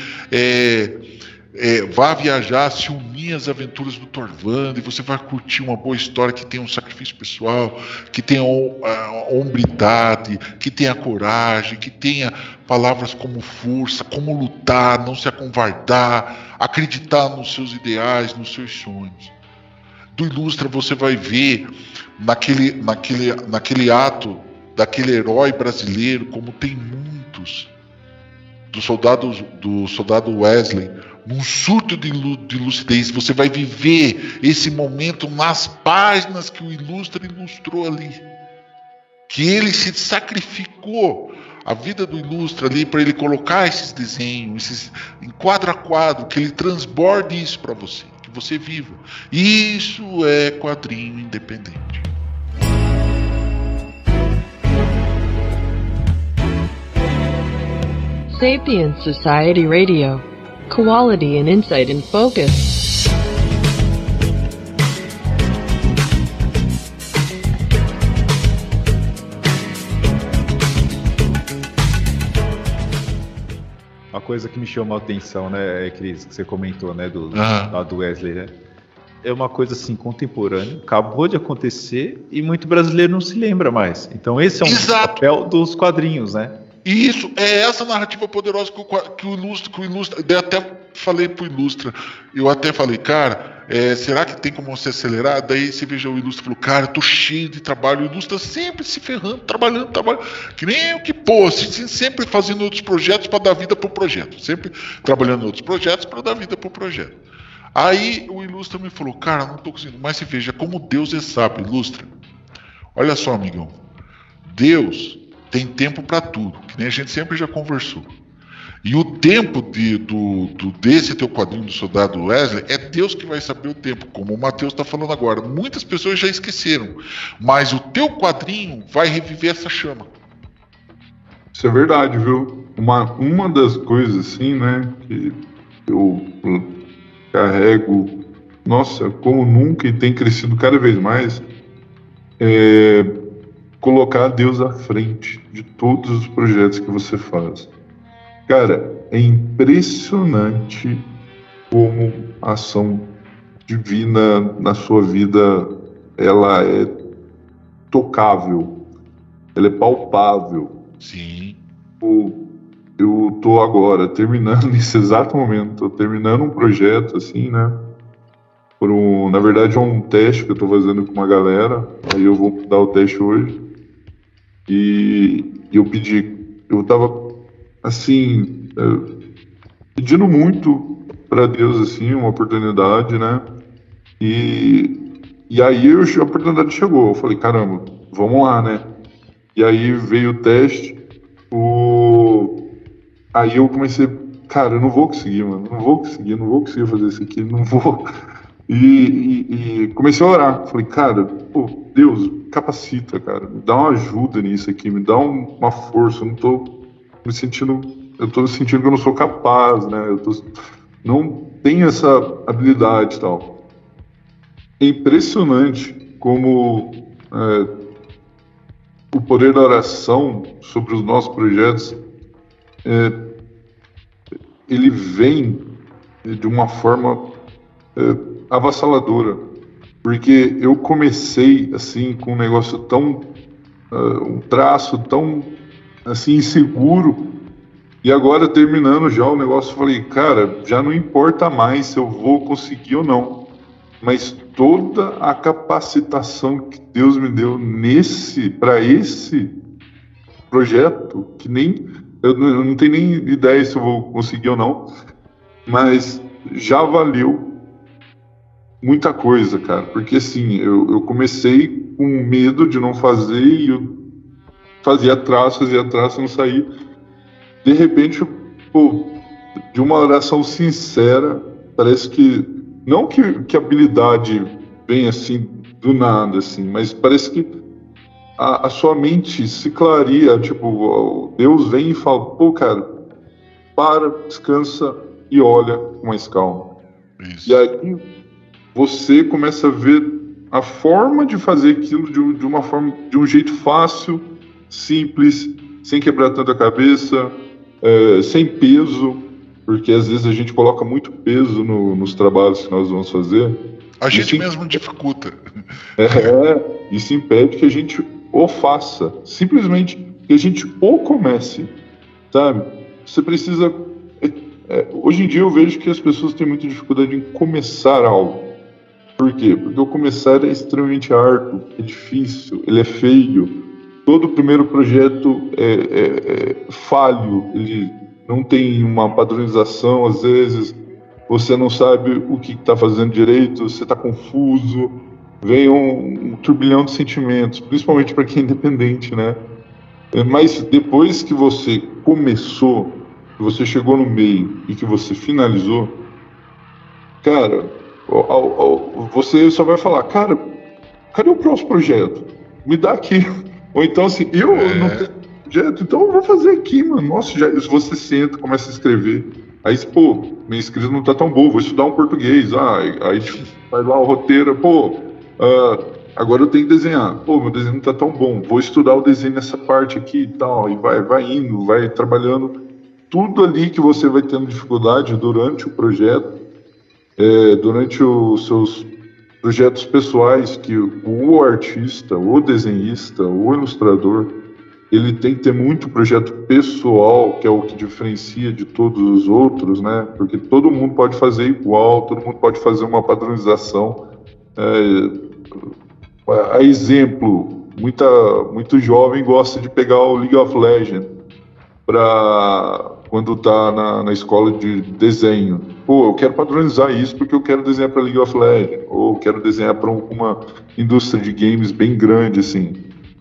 vá viajar, se unir às aventuras do Torvando, e você vai curtir uma boa história que tenha um sacrifício pessoal, que tenha hombridade, que tenha coragem, que tenha palavras como força, como lutar, não se acovardar, acreditar nos seus ideais, nos seus sonhos. Do Ilustra você vai ver naquele ato daquele herói brasileiro, como tem muitos, do soldado Wesley, num surto de lucidez. Você vai viver esse momento nas páginas que o Ilustra ilustrou ali, que ele se sacrificou, a vida do Ilustra ali, para ele colocar esses desenhos, em quadro a quadro, que ele transborde isso para você, que você viva. Isso é quadrinho independente. Sapient Society Radio. Quality and insight in focus. Uma coisa que me chamou a atenção, né, Cris, que você comentou, né, do Wesley, né? É uma coisa assim contemporânea, acabou de acontecer e muito brasileiro não se lembra mais. Então esse é um papel dos quadrinhos, né? Isso, é essa narrativa poderosa que o Ilustra, eu até falei pro Ilustra, eu até falei, cara, será que tem como você acelerar? Daí você veja, o Ilustra falou, cara, eu tô cheio de trabalho. O Ilustra sempre se ferrando, trabalhando, que nem o que sempre fazendo outros projetos para dar vida pro projeto, sempre trabalhando em outros projetos para dar vida pro projeto. Aí o Ilustra me falou, cara, não tô conseguindo, mas você veja como Deus é sábio, Ilustra. Olha só, amigão, Deus tem tempo para tudo, que nem a gente sempre já conversou. E o tempo desse teu quadrinho do soldado Wesley, é Deus que vai saber o tempo, como o Matheus está falando agora. Muitas pessoas já esqueceram, mas o teu quadrinho vai reviver essa chama. Isso é verdade, viu? Uma das coisas assim, né, que eu carrego, nossa, como nunca, e tem crescido cada vez mais, colocar Deus à frente de todos os projetos que você faz. Cara, é impressionante como a ação divina na sua vida, ela é tocável, ela é palpável. Sim. Eu tô agora terminando, nesse exato momento, tô terminando um projeto assim, né? Na verdade é um teste que eu tô fazendo com uma galera, aí eu vou dar o teste hoje. E eu tava assim, pedindo muito para Deus assim, uma oportunidade, né? E aí a oportunidade chegou. Eu falei, caramba, vamos lá, né? E aí veio o teste. Aí eu comecei, cara, eu não vou conseguir, mano, não vou conseguir fazer isso aqui, não vou. E comecei a orar. Falei, cara, pô, Deus, capacita, cara, me dá uma ajuda nisso aqui, me dá uma força. Eu tô sentindo que eu não sou capaz, né? Não tenho essa habilidade e tal. É impressionante como o poder da oração sobre os nossos projetos, ele vem de uma forma avassaladora, porque eu comecei assim com um negócio tão um traço tão assim inseguro, e agora terminando já o negócio, eu falei, cara, já não importa mais se eu vou conseguir ou não, mas toda a capacitação que Deus me deu para esse projeto, que nem eu não tenho nem ideia se eu vou conseguir ou não, mas já valeu muita coisa, cara, porque assim, eu comecei com medo de não fazer, e eu fazia traço, não saía. De repente, pô, de uma oração sincera, parece que, não que a habilidade vem assim, do nada, assim, mas parece que a sua mente se clareia, tipo, Deus vem e fala, pô, cara, para, descansa e olha com mais calma. Isso. E aí você começa a ver a forma de fazer aquilo de uma forma, de um jeito fácil, simples, sem quebrar tanta cabeça, sem peso, porque às vezes a gente coloca muito peso nos trabalhos que nós vamos fazer. A gente mesmo dificulta. Isso impede que a gente o faça, simplesmente que a gente o comece, sabe? Você precisa... hoje em dia eu vejo que as pessoas têm muita dificuldade em começar algo. Por quê? Porque o começar é extremamente árduo, é difícil, ele é feio. Todo primeiro projeto é falho, ele não tem uma padronização, às vezes você não sabe o que está fazendo direito, você está confuso, vem um turbilhão de sentimentos, principalmente para quem é independente, né? Mas depois que você começou, que você chegou no meio e que você finalizou, cara, você só vai falar, cara, cadê o próximo projeto? Me dá aqui. Ou então assim, eu não tenho projeto, então eu vou fazer aqui, mano. Nossa, se você senta, começa a escrever. Aí, pô, minha escrita não tá tão boa, vou estudar um português. Aí faz lá o roteiro, agora eu tenho que desenhar. Pô, meu desenho não tá tão bom, vou estudar o desenho nessa parte aqui e tal. E vai indo, vai trabalhando. Tudo ali que você vai tendo dificuldade durante o projeto, durante os seus projetos pessoais, que o artista, o desenhista, o ilustrador, ele tem que ter muito projeto pessoal, que é o que diferencia de todos os outros, né? Porque todo mundo pode fazer igual, todo mundo pode fazer uma padronização. A exemplo, muito jovem gosta de pegar o League of Legends para quando está na escola de desenho. Pô, eu quero padronizar isso porque eu quero desenhar para League of Legends, ou quero desenhar para uma indústria de games bem grande, assim.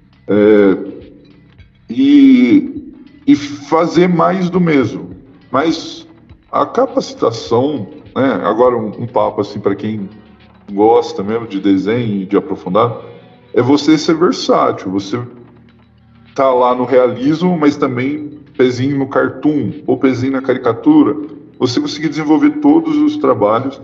E fazer mais do mesmo. Mas a capacitação, né, agora um papo assim para quem gosta mesmo de desenho e de aprofundar, é você ser versátil, você tá lá no realismo, mas também pezinho no cartoon, ou pezinho na caricatura, você conseguir desenvolver todos os trabalhos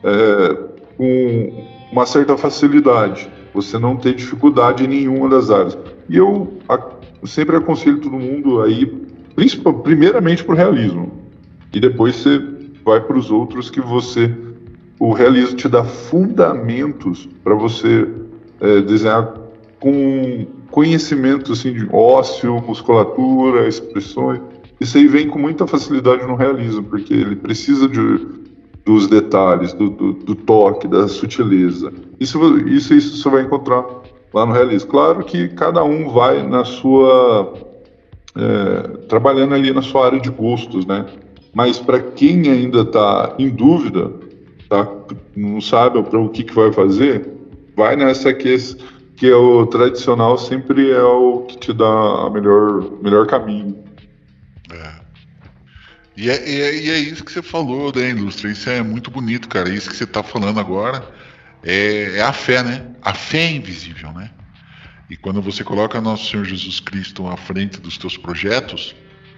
com uma certa facilidade, você não ter dificuldade em nenhuma das áreas. E eu sempre aconselho todo mundo aí, primeiramente para o realismo, e depois você vai para os outros que o realismo te dá fundamentos para você desenhar com conhecimento assim, de ósseo, musculatura, expressões. Isso aí vem com muita facilidade no realismo, porque ele precisa dos detalhes, do toque, da sutileza. Isso você vai encontrar lá no realismo. Claro que cada um vai na sua... trabalhando ali na sua área de gostos, né? Mas para quem ainda está em dúvida, não sabe para o que vai fazer, vai nessa que é o tradicional, sempre é o que te dá o melhor caminho. E é isso que você falou, né, Ilustra? Isso é muito bonito, cara. Isso que você está falando agora é a fé, né? A fé é invisível, né? E quando você coloca nosso Senhor Jesus Cristo à frente dos teus projetos,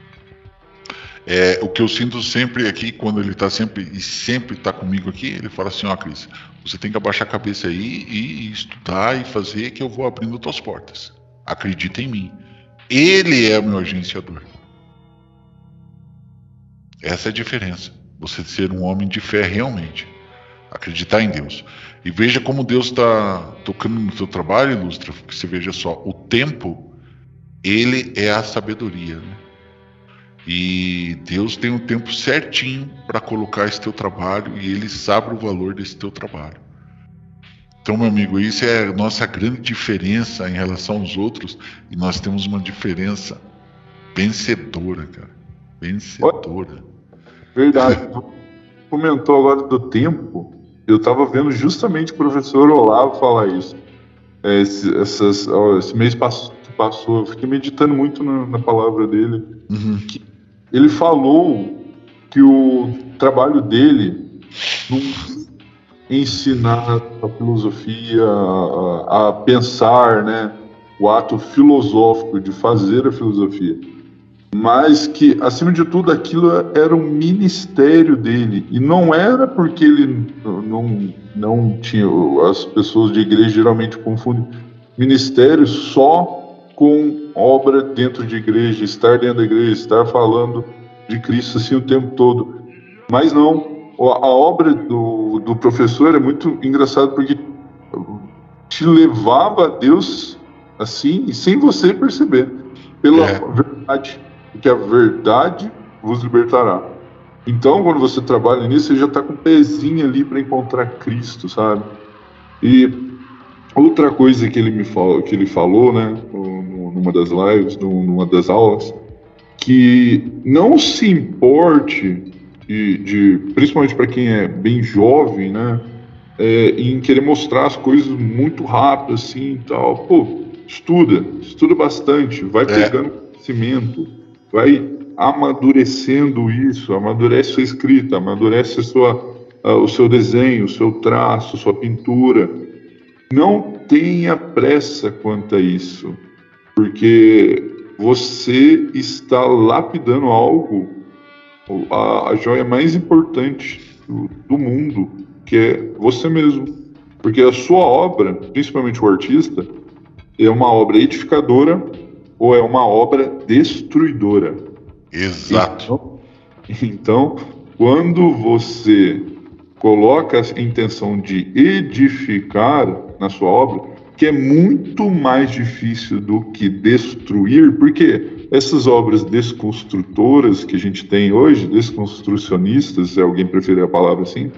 o que eu sinto sempre aqui, quando ele está sempre está comigo aqui, ele fala assim, Cris, você tem que abaixar a cabeça aí e estudar e fazer que eu vou abrindo tuas portas. Acredita em mim. Ele é o meu agenciador. Essa é a diferença. você ser um homem de fé realmente, acreditar em Deus. E veja como Deus está tocando no seu trabalho, Ilustra, porque você veja só, o tempo, ele é a sabedoria, né? E Deus tem um tempo certinho para colocar esse teu trabalho, e Ele sabe o valor desse teu trabalho. Então, meu amigo, isso é a nossa grande diferença em relação aos outros, e nós temos uma diferença vencedora, cara. Vencedora. Verdade. Comentou agora do tempo. Eu estava vendo justamente o professor Olavo falar isso. Esse mês passou, eu fiquei meditando muito na palavra dele. Que ele falou que o trabalho dele não ensinar a filosofia, a pensar, né, o ato filosófico de fazer a filosofia, mas que, acima de tudo, aquilo era um ministério dele, e não era porque ele não tinha, as pessoas de igreja geralmente confundem ministério só com obra dentro de igreja, estar dentro da igreja, estar falando de Cristo assim o tempo todo, mas não. A obra do professor é muito engraçado porque te levava a Deus assim, sem você perceber, pela verdade, porque a verdade vos libertará. Então, quando você trabalha nisso, você já está com o pezinho ali para encontrar Cristo, sabe? E outra coisa que ele falou, né, numa das lives, numa das aulas, que não se importe principalmente para quem é bem jovem, né, em querer mostrar as coisas muito rápido assim e tal. Pô, estuda bastante, vai pegando conhecimento, vai amadurecendo isso, amadurece sua escrita, amadurece o seu desenho, o seu traço, sua pintura. Não tenha pressa quanto a isso, porque você está lapidando algo, a joia mais importante do mundo, que é você mesmo. Porque a sua obra, principalmente o artista, é uma obra edificadora ou é uma obra destruidora. Exato. Então, quando você coloca a intenção de edificar na sua obra, que é muito mais difícil do que destruir, porque essas obras desconstrutoras que a gente tem hoje, desconstrucionistas, se alguém preferir a palavra assim,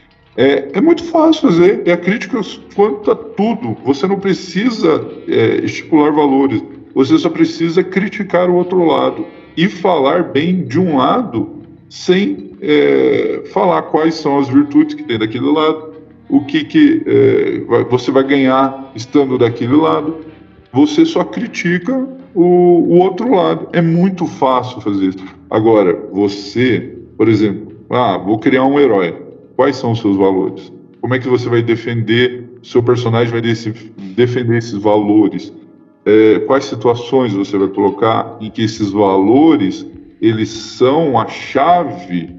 é muito fácil fazer, é a crítica quanto a tudo. Você não precisa estipular valores, você só precisa criticar o outro lado e falar bem de um lado sem falar quais são as virtudes que tem daquele lado, o que você vai ganhar estando daquele lado. Você só critica o outro lado. É muito fácil fazer isso. Agora, você, por exemplo, vou criar um herói. Quais são os seus valores? Como é que você vai defender, seu personagem vai defender esses valores? Quais situações você vai colocar em que esses valores, eles são a chave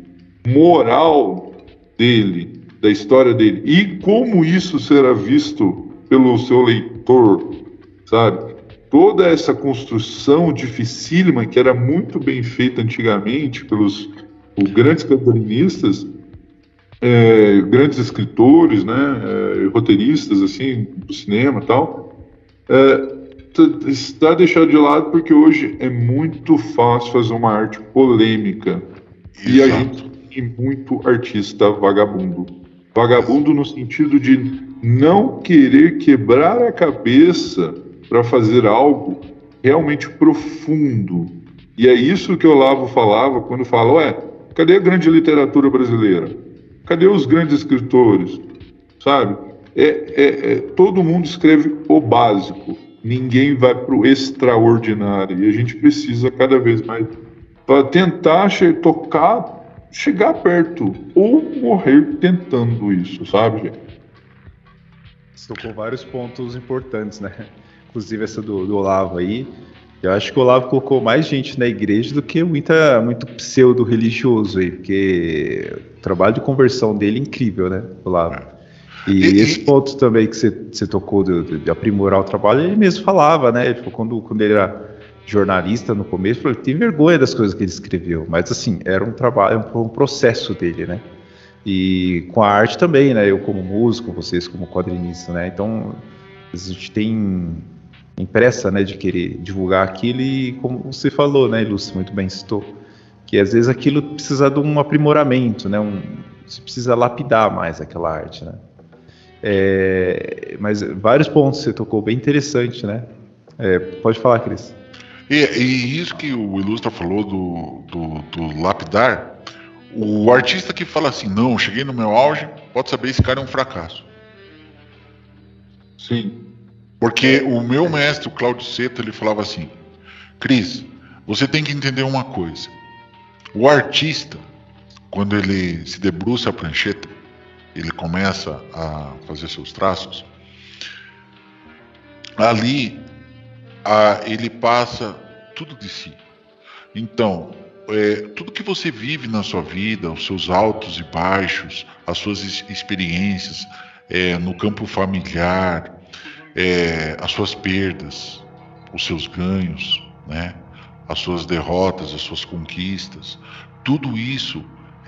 moral dele, da história dele, e como isso será visto pelo seu leitor, sabe? Toda essa construção dificílima que era muito bem feita antigamente pelos grandes quadrinistas, grandes escritores, né, roteiristas assim do cinema e tal, está deixado de lado porque hoje é muito fácil fazer uma arte polêmica. Exato. E a gente tem muito artista vagabundo no sentido de não querer quebrar a cabeça para fazer algo realmente profundo. E é isso que o Olavo falava quando fala, cadê a grande literatura brasileira? Cadê os grandes escritores? Sabe? Todo mundo escreve o básico. Ninguém vai para o extraordinário. E a gente precisa cada vez mais para tentar chegar perto ou morrer tentando isso, sabe, gente? Você tocou vários pontos importantes, né? Inclusive essa do Olavo aí. Eu acho que o Olavo colocou mais gente na igreja do que muito pseudo-religioso aí, porque o trabalho de conversão dele é incrível, né, Olavo? E esse ponto também que você tocou de aprimorar o trabalho, ele mesmo falava, né? Ele falou quando ele era jornalista no começo, ele tem vergonha das coisas que ele escreveu, mas assim, era um trabalho, um processo dele, né? E com a arte também, né? Eu como músico, vocês como quadrinista, né? Então, a gente tem pressa, né, de querer divulgar aquilo e, como você falou, né, Lúcio, muito bem citou, que às vezes aquilo precisa de um aprimoramento, né? Você precisa lapidar mais aquela arte, né? Mas vários pontos você tocou, bem interessante, né? Pode falar, Cris. E isso que o Ilustra falou do lapidar, o artista que fala assim, não, cheguei no meu auge, pode saber, esse cara é um fracasso. Sim. Porque o meu mestre, o Cláudio Seta, ele falava assim, Cris, você tem que entender uma coisa, o artista, quando ele se debruça a prancheta, ele começa a fazer seus traços, ali ele passa tudo de si. Então, tudo que você vive na sua vida, os seus altos e baixos, as suas experiências no campo familiar, as suas perdas, os seus ganhos, né? As suas derrotas, as suas conquistas, tudo isso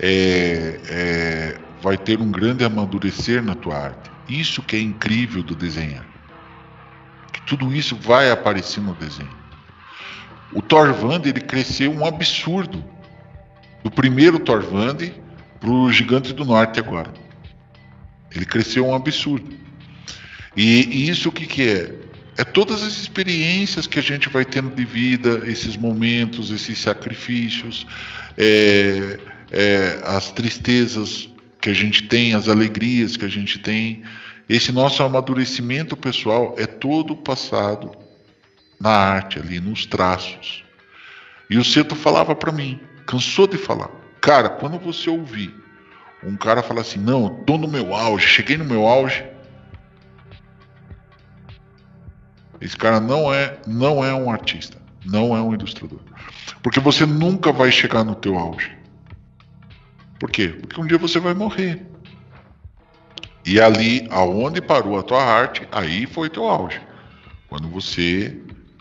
vai ter um grande amadurecer na tua arte. Isso que é incrível do desenhar, que tudo isso vai aparecer no desenho. O Thorvald, ele cresceu um absurdo, do primeiro Thorvald pro Gigante do Norte agora. Ele cresceu um absurdo. E isso o que é? É todas as experiências que a gente vai tendo de vida, esses momentos, esses sacrifícios, as tristezas que a gente tem, as alegrias que a gente tem. Esse nosso amadurecimento pessoal é todo passado na arte ali, nos traços. E o Seto falava para mim, cansou de falar, cara, quando você ouvir um cara falar assim, não, eu tô no meu auge, cheguei no meu auge, esse cara não é um artista, não é um ilustrador. Porque você nunca vai chegar no teu auge. Por quê? Porque um dia você vai morrer. E ali, aonde parou a tua arte, aí foi teu auge. Quando você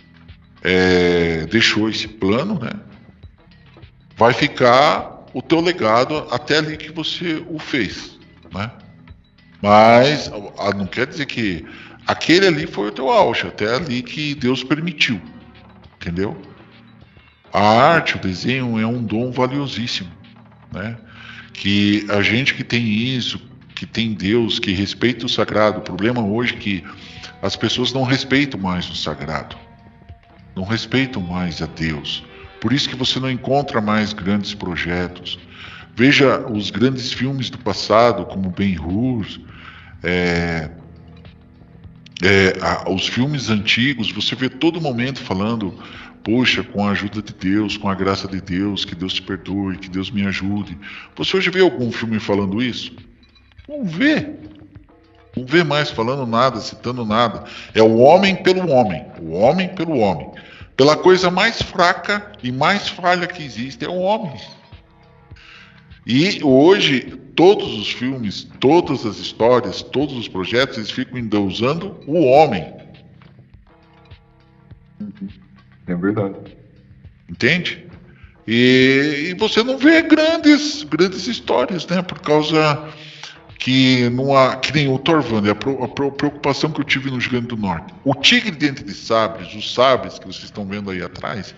deixou esse plano, né? Vai ficar o teu legado até ali que você o fez, né? Mas não quer dizer que aquele ali foi o teu auge, até ali que Deus permitiu, entendeu? A arte, o desenho é um dom valiosíssimo, né? Que a gente que tem isso, que tem Deus, que respeita o sagrado, o problema hoje é que as pessoas não respeitam mais o sagrado, não respeitam mais a Deus. Por isso que você não encontra mais grandes projetos. Veja os grandes filmes do passado, como Ben-Hur, os filmes antigos, você vê todo momento falando, poxa, com a ajuda de Deus, com a graça de Deus, que Deus te perdoe, que Deus me ajude. Você hoje vê algum filme falando isso? Não vê. Não vê mais falando nada, citando nada. É o homem pelo homem, o homem pelo homem. Pela coisa mais fraca e mais falha que existe é o homem. E hoje, todos os filmes, todas as histórias, todos os projetos, eles ficam endeusando o homem. É verdade. Entende? E você não vê grandes histórias, né? Por causa que nem o Thorvald, a preocupação que eu tive no Gigante do Norte. O tigre dente de sabres, os sabres que vocês estão vendo aí atrás,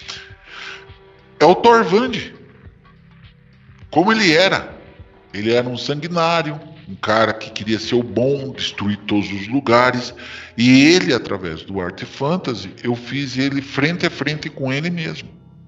é o Thorvald. Como ele era. Ele era um sanguinário, um cara que queria ser o bom, destruir todos os lugares. E ele, através do Art Fantasy, eu fiz ele frente a frente com ele mesmo.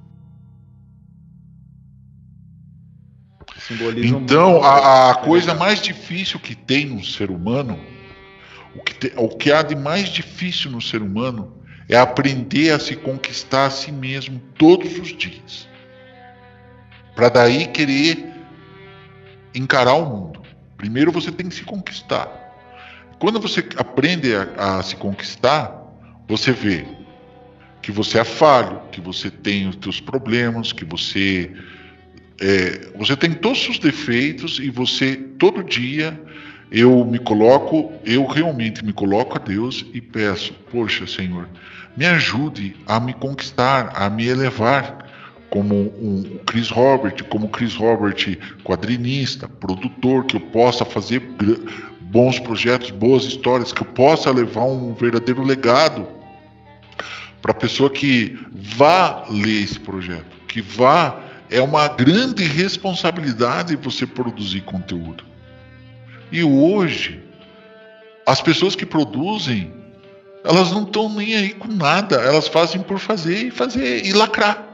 Então, a coisa mais difícil que tem no ser humano, o que há de mais difícil no ser humano, é aprender a se conquistar a si mesmo todos os dias. Para daí querer encarar o mundo. Primeiro você tem que se conquistar. Quando você aprende a se conquistar, você vê que você é falho, que você tem os seus problemas, que você tem todos os seus defeitos e você todo dia eu realmente me coloco a Deus e peço, poxa, Senhor, me ajude a me conquistar, a me elevar como o Chris Robert, quadrinista, produtor, que eu possa fazer bons projetos, boas histórias, que eu possa levar um verdadeiro legado para a pessoa que vá ler esse projeto, é uma grande responsabilidade você produzir conteúdo. E hoje, as pessoas que produzem, elas não estão nem aí com nada, elas fazem por fazer e lacrar.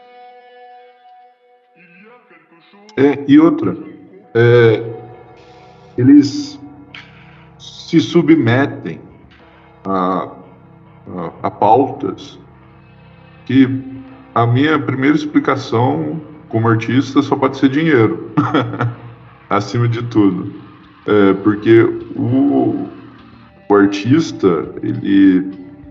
E outra, eles se submetem a pautas que a minha primeira explicação como artista só pode ser dinheiro, acima de tudo. Porque o artista, ele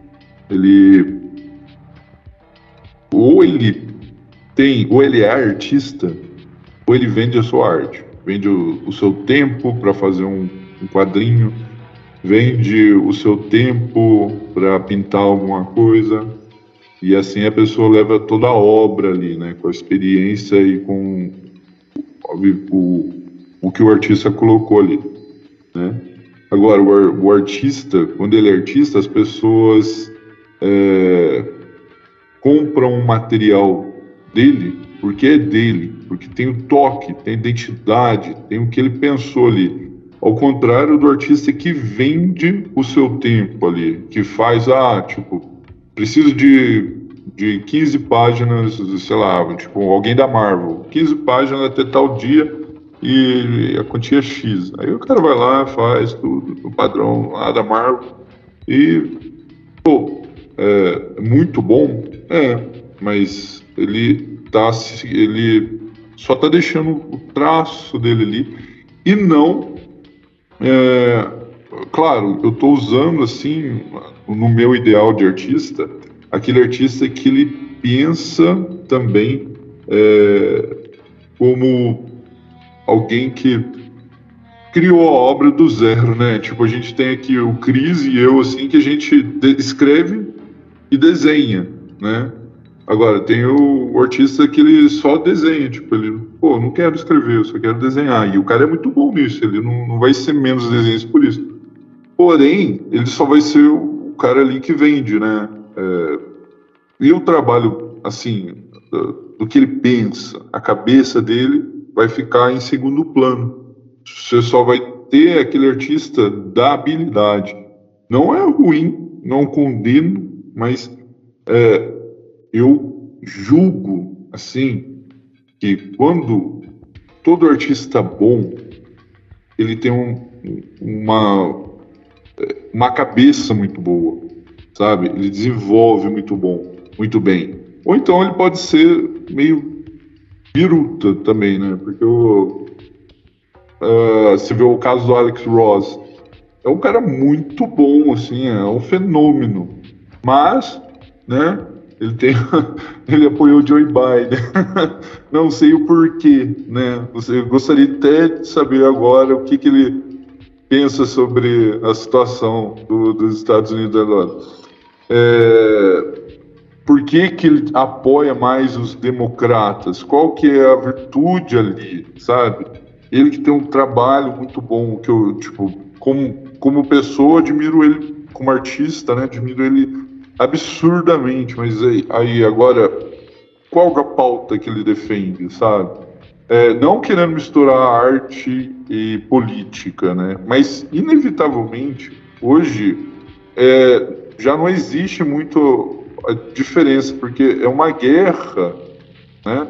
ou ele é artista, ou ele vende a sua arte, vende o seu tempo para fazer um quadrinho, vende o seu tempo para pintar alguma coisa, e assim a pessoa leva toda a obra ali, né, com a experiência e com o que o artista colocou ali, né? Agora, o artista, quando ele é artista, as pessoas compram um material dele porque é dele, porque tem o toque, tem a identidade, tem o que ele pensou ali. Ao contrário do artista que vende o seu tempo ali, que faz, preciso de 15 páginas, sei lá, tipo, alguém da Marvel, 15 páginas até tal dia e a quantia é X. Aí o cara vai lá, faz tudo no padrão lá da Marvel e, é muito bom, mas ele só tá deixando o traço dele ali e não, claro, eu tô usando assim, no meu ideal de artista, aquele artista que ele pensa também como alguém que criou a obra do zero, né? Tipo, a gente tem aqui o Chris e eu, assim, que a gente escreve e desenha, né? Agora, tem o artista que ele só desenha, tipo, ele, não quero escrever, eu só quero desenhar. E o cara é muito bom nisso, ele não vai ser menos desenhista por isso. Porém, ele só vai ser o cara ali que vende, né? E o trabalho, assim, do que ele pensa, a cabeça dele vai ficar em segundo plano. Você só vai ter aquele artista da habilidade. Não é ruim, não condeno, mas eu julgo, assim, que quando todo artista bom, ele tem uma cabeça muito boa, sabe? Ele desenvolve muito bem. Ou então ele pode ser meio biruta também, né? Porque você vê o caso do Alex Ross, é um cara muito bom, assim, é um fenômeno. Mas, né? Ele apoiou o Joe Biden. Não sei o porquê, né? Eu gostaria até de saber agora o que ele pensa sobre a situação dos Estados Unidos agora. Por que ele apoia mais os democratas? Qual que é a virtude ali, sabe? Ele que tem um trabalho muito bom, que eu, tipo, como pessoa, admiro ele como artista, né? Admiro ele absurdamente, mas aí agora, qual a pauta que ele defende, sabe? Não querendo misturar arte e política, né? Mas, inevitavelmente, hoje, já não existe muito a diferença, porque é uma guerra, né,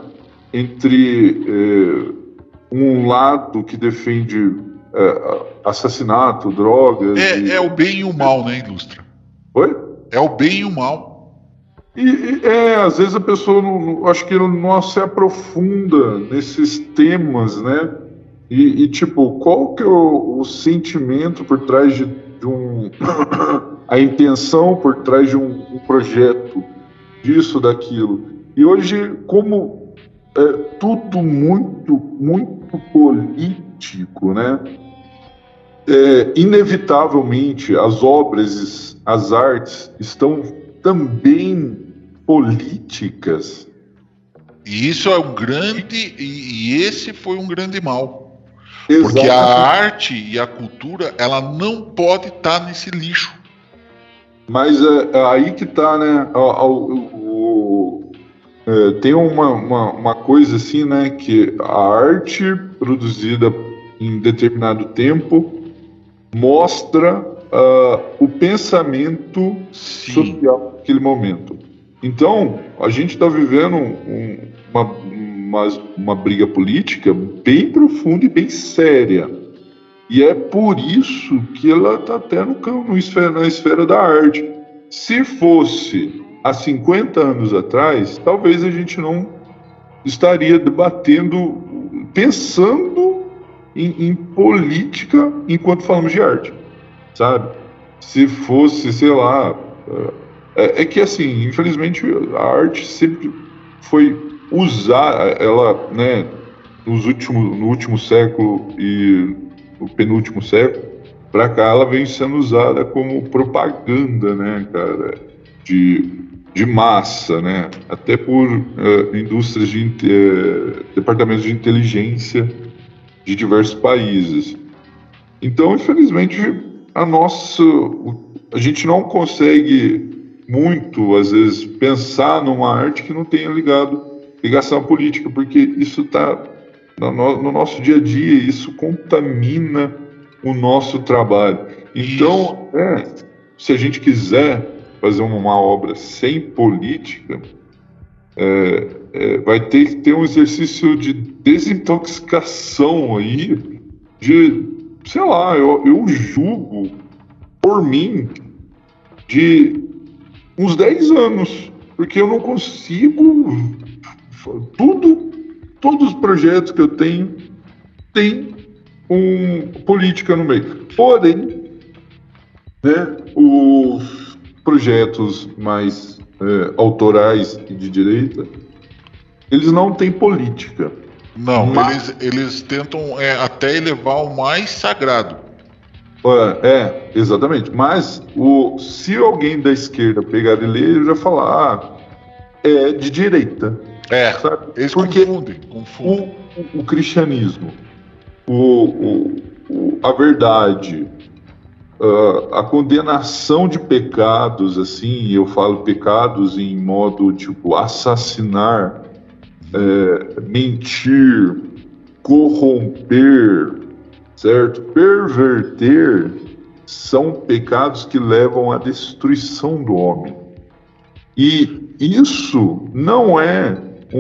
entre um lado que defende assassinato, drogas... É o bem e o mal, né, Ilustra? Oi? É o bem e o mal. Às vezes a pessoa acho que não se aprofunda nesses temas, né? E tipo, qual que é o sentimento por trás de um... a intenção por trás de um projeto, disso, daquilo. E hoje, como é tudo muito, muito político, né? inevitavelmente as obras, as artes estão também políticas. E isso é um grande, e esse foi um grande mal. Exatamente. Porque a arte e a cultura, ela não pode estar nesse lixo. Mas é aí que tá, né? Tem uma coisa assim, né? Que a arte produzida em determinado tempo mostra o pensamento social naquele momento. Então, a gente está vivendo uma briga política bem profunda e bem séria. E é por isso que ela está até na esfera da arte. Se fosse há 50 anos atrás, talvez a gente não estaria debatendo, pensando em política enquanto falamos de arte, sabe? Se fosse, sei lá... É que, assim, infelizmente, a arte sempre foi usada, ela, né, no último século e no penúltimo século, para cá, ela vem sendo usada como propaganda, né, cara, de massa, né, até por indústrias departamentos de inteligência de diversos países. Então, infelizmente, a gente não consegue muito, às vezes, pensar numa arte que não tenha ligação política, porque isso está no nosso dia a dia, isso contamina o nosso trabalho. Então, se a gente quiser fazer uma obra sem política, vai ter que ter um exercício de desintoxicação aí, sei lá, eu julgo, por mim, de uns 10 anos, porque eu não consigo... Todos os projetos que eu tenho tem política no meio. Porém, né, os projetos mais autorais e de direita, eles não têm política. Não, eles tentam até elevar o mais sagrado. Exatamente. Mas se alguém da esquerda pegar e ler, ele já falar, é de direita. Sabe? Eles porque confundem. O cristianismo, a verdade, a condenação de pecados, assim, eu falo pecados em modo tipo assassinar, mentir, corromper, certo? Perverter são pecados que levam à destruição do homem. E isso não é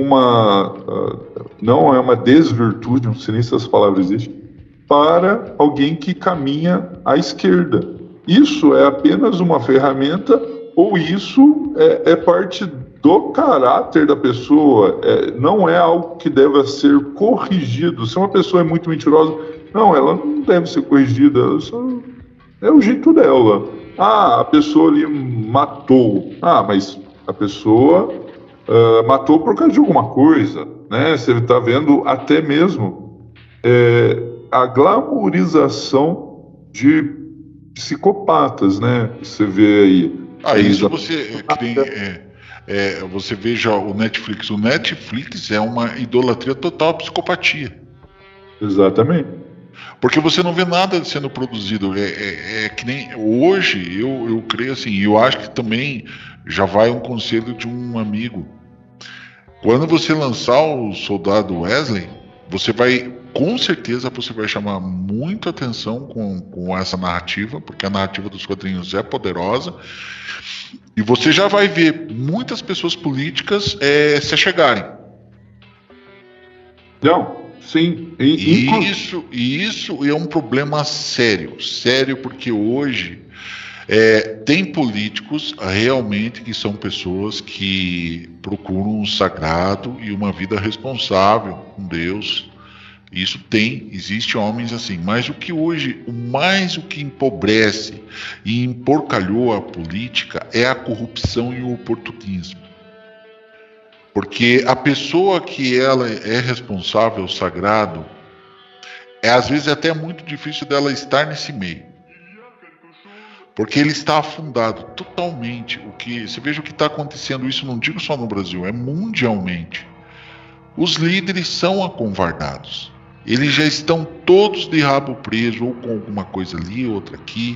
uma desvirtude, não sei nem se essa palavra existe, para alguém que caminha à esquerda. Isso é apenas uma ferramenta, ou isso é parte do caráter da pessoa, não é algo que deva ser corrigido. Se uma pessoa é muito mentirosa, não, ela não deve ser corrigida, é o jeito dela. A pessoa ali matou. Mas a pessoa matou por causa de alguma coisa, né? Você está vendo até mesmo a glamorização de psicopatas, né? Você vê aí. Isso você veja o Netflix. O Netflix é uma idolatria total à psicopatia. Exatamente. Porque você não vê nada sendo produzido. Que nem hoje, eu creio assim, e eu acho que também já vai um conselho de um amigo. Quando você lançar o Soldado Wesley, com certeza você vai chamar muita atenção com essa narrativa, porque a narrativa dos quadrinhos é poderosa, e você já vai ver muitas pessoas políticas se achegarem. Não, sim. Isso é um problema sério, porque hoje tem políticos realmente que são pessoas que procuram um sagrado e uma vida responsável com Deus. Isso existe homens assim, mas o que empobrece e emporcalhou a política é a corrupção e o oportunismo. Porque a pessoa que ela é responsável, sagrado, às vezes até muito difícil dela estar nesse meio. Porque ele está afundado totalmente. Você veja o que está acontecendo, isso não digo só no Brasil, é mundialmente. Os líderes são acovardados. Eles já estão todos de rabo preso, ou com alguma coisa ali, outra aqui.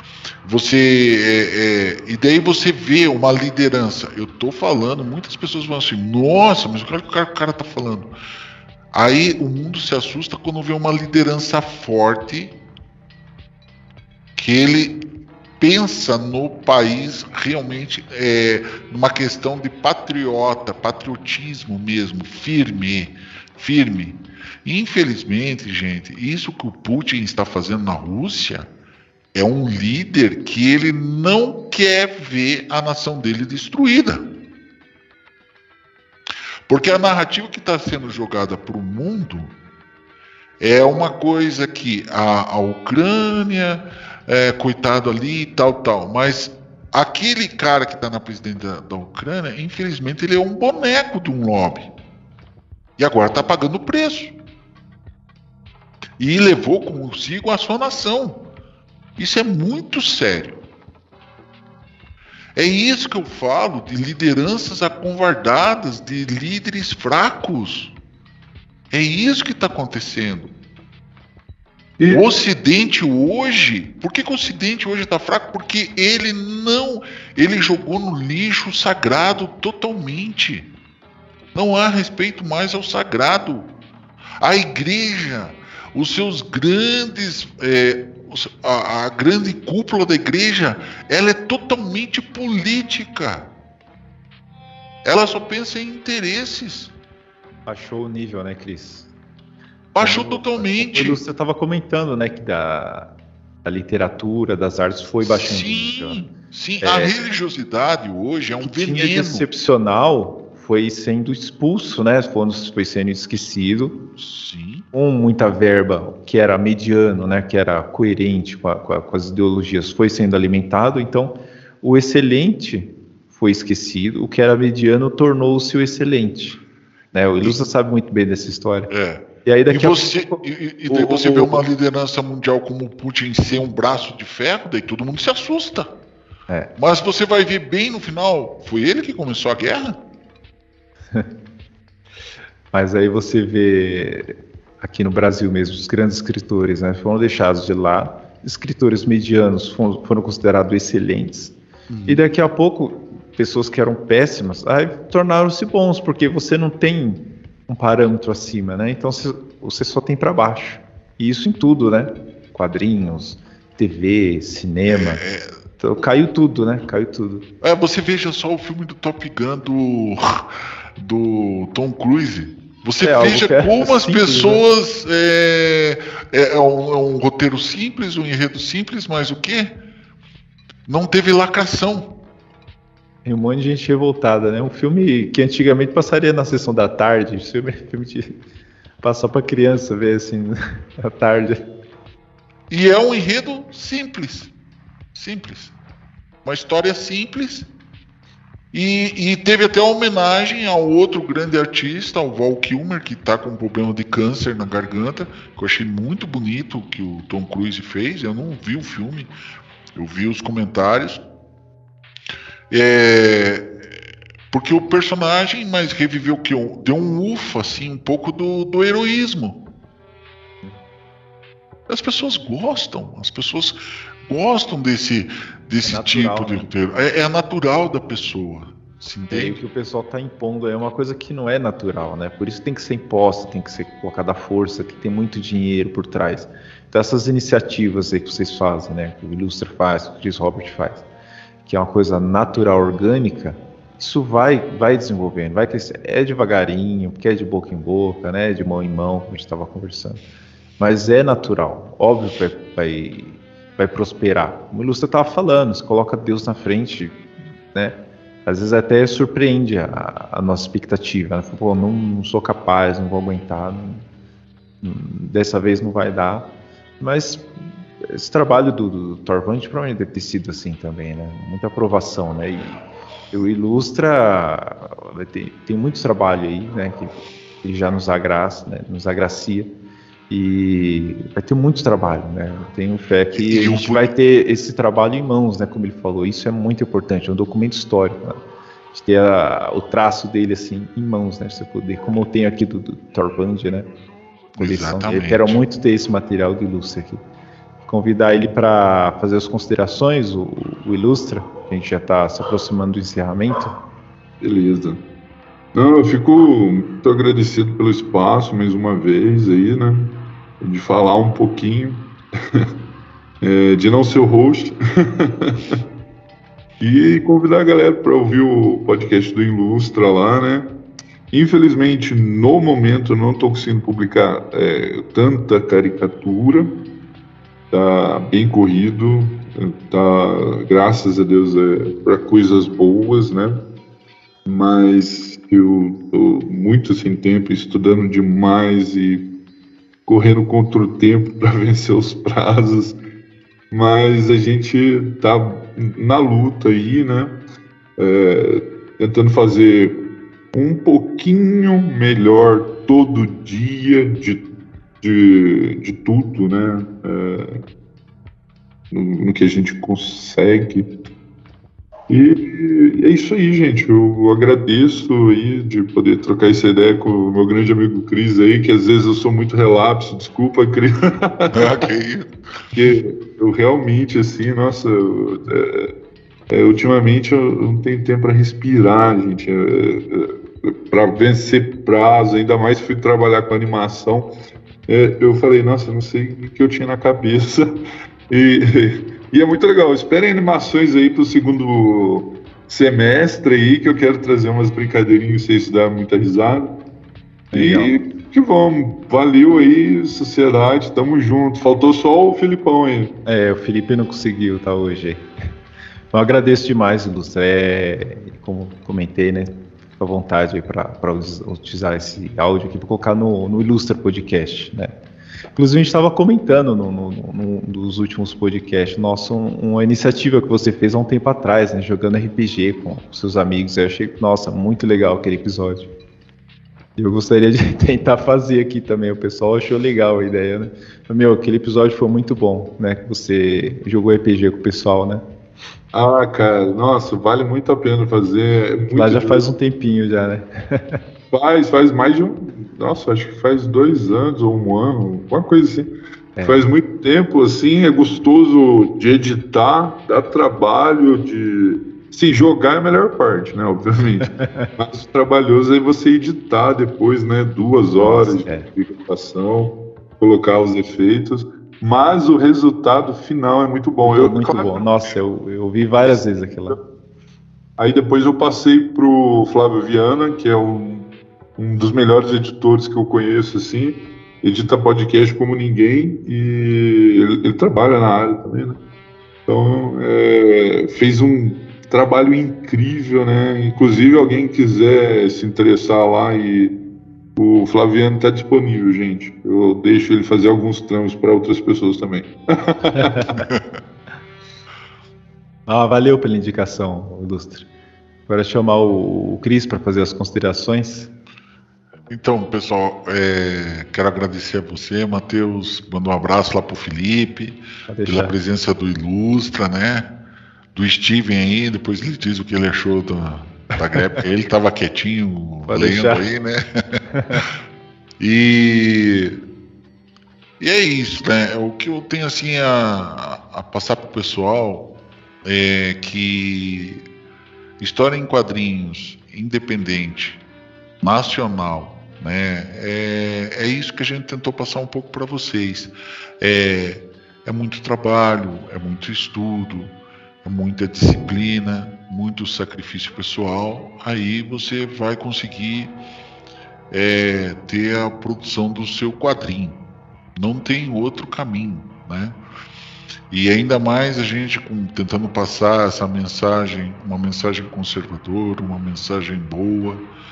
E daí você vê uma liderança. Eu estou falando, muitas pessoas vão assim, nossa, mas o que o cara está falando? Aí o mundo se assusta quando vê uma liderança forte, que ele pensa no país realmente numa questão de patriotismo mesmo, firme. E, infelizmente, gente, isso que o Putin está fazendo na Rússia é um líder que ele não quer ver a nação dele destruída. Porque a narrativa que está sendo jogada para o mundo é uma coisa que a Ucrânia, coitado ali e tal. Mas aquele cara que está na presidência da Ucrânia, infelizmente, ele é um boneco de um lobby. E agora está pagando o preço. E levou consigo a sua nação. Isso é muito sério. É isso que eu falo de lideranças acovardadas, de líderes fracos. É isso que está acontecendo. O Ocidente hoje, por que o Ocidente hoje está fraco? Porque ele jogou no lixo o sagrado totalmente. Não há respeito mais ao sagrado. A igreja, os seus grandes, a grande cúpula da igreja, ela é totalmente política. Ela só pensa em interesses. Baixou o nível, né, Cris? Baixou totalmente. Você estava comentando, né, que da literatura, das artes foi baixando o nível. Sim, a religiosidade hoje é um veneno. Tinha de excepcional foi sendo expulso, né? Foi sendo esquecido. Sim. Com muita verba, que era mediano, né? Que era coerente com as ideologias, foi sendo alimentado. Então, o excelente foi esquecido, o que era mediano tornou-se o excelente. Né? O Ilustra sabe muito bem dessa história. E aí daqui daí você vê uma liderança mundial como o Putin ser um braço de ferro, daí todo mundo se assusta. Mas você vai ver bem no final, foi ele que começou a guerra? Mas aí você vê aqui no Brasil mesmo, os grandes escritores, né, foram deixados de lado, escritores medianos foram considerados excelentes, e daqui a pouco pessoas que eram péssimas aí tornaram-se bons, porque você não tem um parâmetro acima, né? Então você só tem para baixo, e isso em tudo, né? Quadrinhos, TV, cinema. Então caiu tudo, né? Caiu tudo. Você veja só o filme do Top Gun do Tom Cruise. Você veja como as pessoas... Né? É um roteiro simples, um enredo simples, mas o quê? Não teve lacração. Tem um monte de gente revoltada, né? Um filme que antigamente passaria na sessão da tarde. Esse filme de passar para criança ver assim à tarde. E é um enredo simples. Uma história simples. E teve até uma homenagem ao outro grande artista, ao Val Kilmer, que está com um problema de câncer na garganta, que eu achei muito bonito o que o Tom Cruise fez. Eu não vi o filme, eu vi os comentários. Porque o personagem mais reviveu que deu um ufa, assim, um pouco do heroísmo. As pessoas gostam desse tipo de roteiro. É natural da pessoa. Se entende? O que o pessoal está impondo é uma coisa que não é natural, né? Por isso tem que ser imposta, tem que ser colocada à força, que tem muito dinheiro por trás. Então essas iniciativas aí que vocês fazem, né? Que o Ilustra faz, que o Chris Robert faz, que é uma coisa natural, orgânica, isso vai desenvolvendo, vai crescer. É devagarinho, porque é de boca em boca, né? De mão em mão, como a gente estava conversando. Mas é natural, óbvio que vai prosperar. Como o Ilustra estava falando, você coloca Deus na frente, né? Às vezes até surpreende a nossa expectativa. Né? Pô, não sou capaz, não vou aguentar, dessa vez não vai dar. Mas esse trabalho do Torvald provavelmente deve ter sido assim também, né? Muita aprovação, né? E o Ilustra tem muitos trabalhos aí, né? Que ele já nos agracia. E vai ter muito trabalho, né? Eu tenho fé que E a gente vai ter esse trabalho em mãos, né? Como ele falou, isso é muito importante, é um documento histórico, né? A gente ter o traço dele assim em mãos, né? Você poder, como eu tenho aqui do Thorband, né? Coleção dele. Eu quero muito ter esse material do Ilustra aqui. Convidar ele para fazer as considerações, o Ilustra, que a gente já está se aproximando do encerramento. Beleza. Não, eu fico muito agradecido pelo espaço mais uma vez aí, né? De falar um pouquinho, de não ser o host. E convidar a galera para ouvir o podcast do Ilustra lá, né? Infelizmente, no momento, eu não estou conseguindo publicar tanta caricatura. Tá bem corrido, tá, graças a Deus, para coisas boas, né? Mas eu tô muito sem tempo, estudando demais e correndo contra o tempo para vencer os prazos. Mas a gente tá na luta aí, né? Tentando fazer um pouquinho melhor todo dia de tudo, né? No que a gente consegue. E é isso aí, gente. Eu agradeço aí de poder trocar essa ideia com o meu grande amigo Cris aí, que às vezes eu sou muito relapso. Desculpa, Cris. Porque eu realmente, assim, nossa, ultimamente eu não tenho tempo para respirar, gente. Para vencer prazo, ainda mais fui trabalhar com animação. Eu falei, nossa, eu não sei o que eu tinha na cabeça. E é muito legal. Esperem animações aí pro segundo semestre aí, que eu quero trazer umas brincadeirinhas, vocês dar muita risada. Legal. E que vamos. Valeu aí, sociedade. Tamo junto. Faltou só o Filipão aí. O Felipe não conseguiu, tá, hoje. Então, eu agradeço demais, Ilustra. Como comentei, né? Fica à vontade aí para utilizar esse áudio aqui para colocar no Ilustra Podcast, né? Inclusive, a gente estava comentando num dos últimos podcasts, uma iniciativa que você fez há um tempo atrás, né, jogando RPG com seus amigos. Eu achei, nossa, muito legal aquele episódio. Eu gostaria de tentar fazer aqui também. O pessoal achou legal a ideia, né? Aquele episódio foi muito bom, né? Que você jogou RPG com o pessoal, né? Ah, cara, nossa, vale muito a pena fazer. Lá já faz um tempinho já, né? Faz mais de nossa, acho que faz 2 anos ou 1 ano, uma coisa assim. Faz muito tempo, assim, é gostoso de editar, dá trabalho Sim, jogar é a melhor parte, né, obviamente. Mas o trabalhoso é você editar depois, né, 2 horas de gravação, colocar os efeitos. Mas o resultado final é muito bom. Muito bom. Nossa, eu vi várias vezes aquilo lá. Aí depois eu passei pro Flávio Viana, que é um dos melhores editores que eu conheço, assim. Edita podcast como ninguém e ele trabalha na área também, né? Então, fez um trabalho incrível, né? Inclusive, alguém quiser se interessar lá, o Flaviano está disponível, gente. Eu deixo ele fazer alguns trampos para outras pessoas também. Valeu pela indicação, Ilustre. Agora chamar o Cris para fazer as considerações. Então, pessoal, quero agradecer a você, Matheus. Manda um abraço lá pro Felipe, pela presença do Ilustra, né? Do Steven aí, depois ele diz o que ele achou da greve. Ele estava quietinho, lendo aí, né? E é isso, né? O que eu tenho assim a passar pro pessoal é que história em quadrinhos, independente, nacional, né? É isso que a gente tentou passar um pouco para vocês. É muito trabalho, é muito estudo, é muita disciplina, muito sacrifício pessoal. Aí você vai conseguir ter a produção do seu quadrinho. Não tem outro caminho, né? E ainda mais a gente tentando passar essa mensagem, uma mensagem conservadora, uma mensagem boa,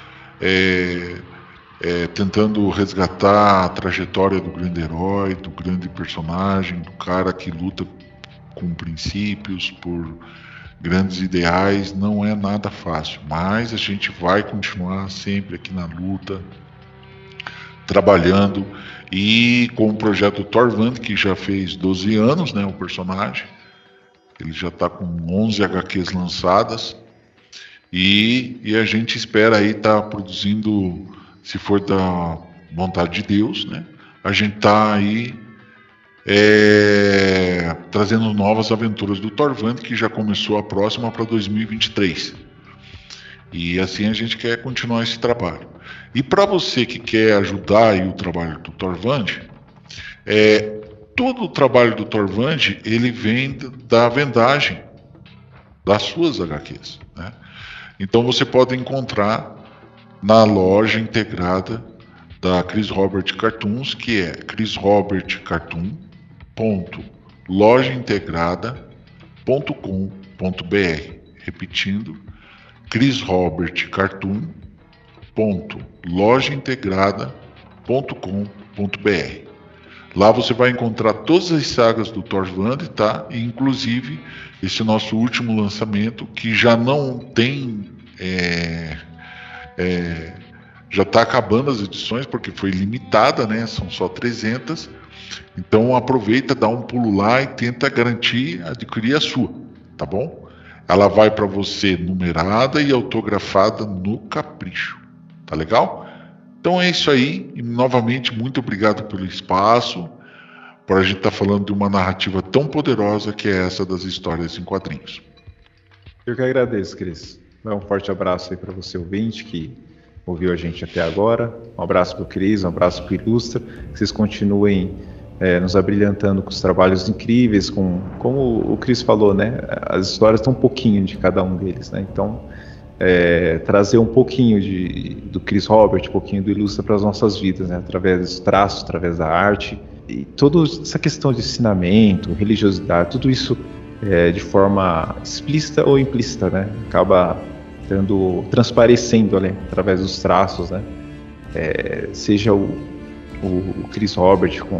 tentando resgatar a trajetória do grande herói, do grande personagem, do cara que luta com princípios, por grandes ideais. Não é nada fácil, mas a gente vai continuar sempre aqui na luta, trabalhando. E com o projeto Torvand, que já fez 12 anos, né, o personagem. Ele já está com 11 HQs lançadas. E a gente espera aí estar produzindo, se for da vontade de Deus, né? A gente está aí trazendo novas aventuras do Torvand, que já começou a próxima para 2023. E assim a gente quer continuar esse trabalho. E para você que quer ajudar aí o trabalho do Torvand, todo o trabalho do Torvand, ele vem da vendagem das suas HQs, né? Então você pode encontrar na loja integrada da Chris Robert Cartoons, que é chrisrobertcartoon.lojaintegrada.com.br. Repetindo, chrisrobertcartoon.lojaintegrada.com.br. Lá você vai encontrar todas as sagas do Torvand, tá? E, inclusive esse nosso último lançamento, que já não tem, já está acabando as edições porque foi limitada, né? São só 300. Então aproveita, dá um pulo lá e tenta garantir adquirir a sua, tá bom? Ela vai para você numerada e autografada no capricho, tá legal? Então é isso aí, e novamente muito obrigado pelo espaço, por a gente estar falando de uma narrativa tão poderosa que é essa das histórias em quadrinhos. Eu que agradeço, Cris. Um forte abraço aí para você, ouvinte, que ouviu a gente até agora. Um abraço para o Cris, um abraço para o Ilustra, que vocês continuem nos abrilhantando com os trabalhos incríveis, como o Cris falou, né? As histórias estão um pouquinho de cada um deles, né? Então, trazer um pouquinho do Chris Robert, um pouquinho do Ilustra para as nossas vidas, né? Através dos traços, através da arte, e toda essa questão de ensinamento, religiosidade, tudo isso de forma explícita ou implícita, né? Acaba transparecendo ali, através dos traços, né? Seja o Chris Robert com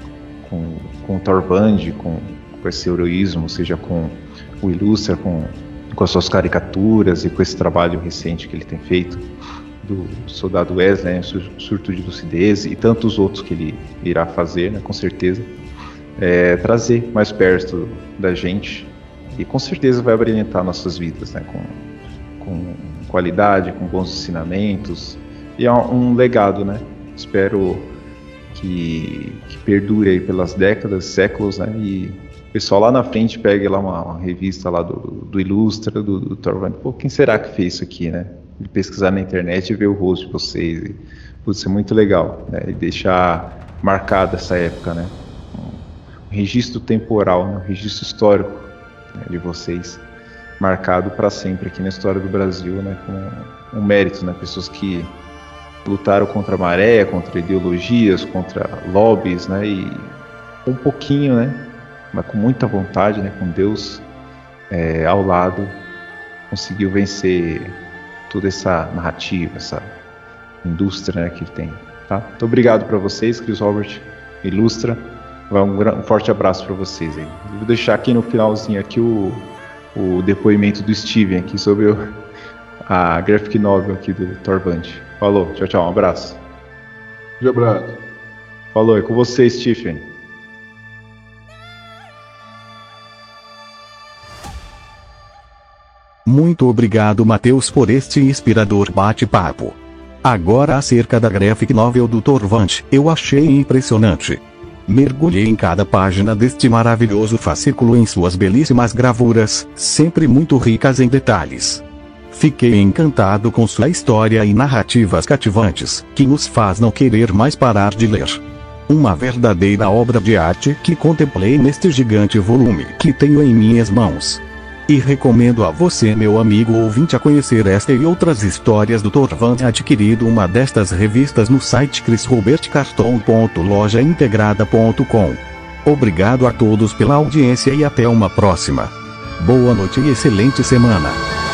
o Torvand, com esse heroísmo, seja com o Ilustra, com as suas caricaturas e com esse trabalho recente que ele tem feito do Soldado Wesley, né, Surto de Lucidez e tantos outros que ele irá fazer, né, com certeza, trazer mais perto da gente e com certeza vai abrilhantar nossas vidas, né, com qualidade, com bons ensinamentos e é um legado, né? Espero que perdure aí pelas décadas, séculos, né? E o pessoal lá na frente pegue lá uma revista lá do Ilustra, do Torvand. Pô, quem será que fez isso aqui, né? E pesquisar na internet e ver o rosto de vocês. E, putz, é muito legal, né? E deixar marcada essa época, né? Um registro temporal, né? Um registro histórico, né, de vocês, marcado para sempre aqui na história do Brasil, né? Com um mérito, né? Pessoas que lutaram contra a maré, contra ideologias, contra lobbies, né? E um pouquinho, né? Mas com muita vontade, né? Com Deus ao lado, conseguiu vencer toda essa narrativa, essa indústria, né, que ele tem. Tá? Muito obrigado para vocês, Chris Robert, Ilustra. Um forte abraço para vocês aí. Eu vou deixar aqui no finalzinho aqui o depoimento do Steven aqui sobre a graphic novel aqui do Torvand. Falou, tchau, tchau, um abraço. Um abraço. Falou, é com você, Stephen. Muito obrigado, Matheus, por este inspirador bate-papo. Agora acerca da graphic novel do Torvand, eu achei impressionante. Mergulhei em cada página deste maravilhoso fascículo em suas belíssimas gravuras, sempre muito ricas em detalhes. Fiquei encantado com sua história e narrativas cativantes, que nos faz não querer mais parar de ler. Uma verdadeira obra de arte que contemplei neste gigante volume que tenho em minhas mãos. E recomendo a você, meu amigo ouvinte, a conhecer esta e outras histórias do Torvand adquirindo uma destas revistas no site chrisrobertcartoon.lojaintegrada.com. Obrigado a todos pela audiência e até uma próxima. Boa noite e excelente semana.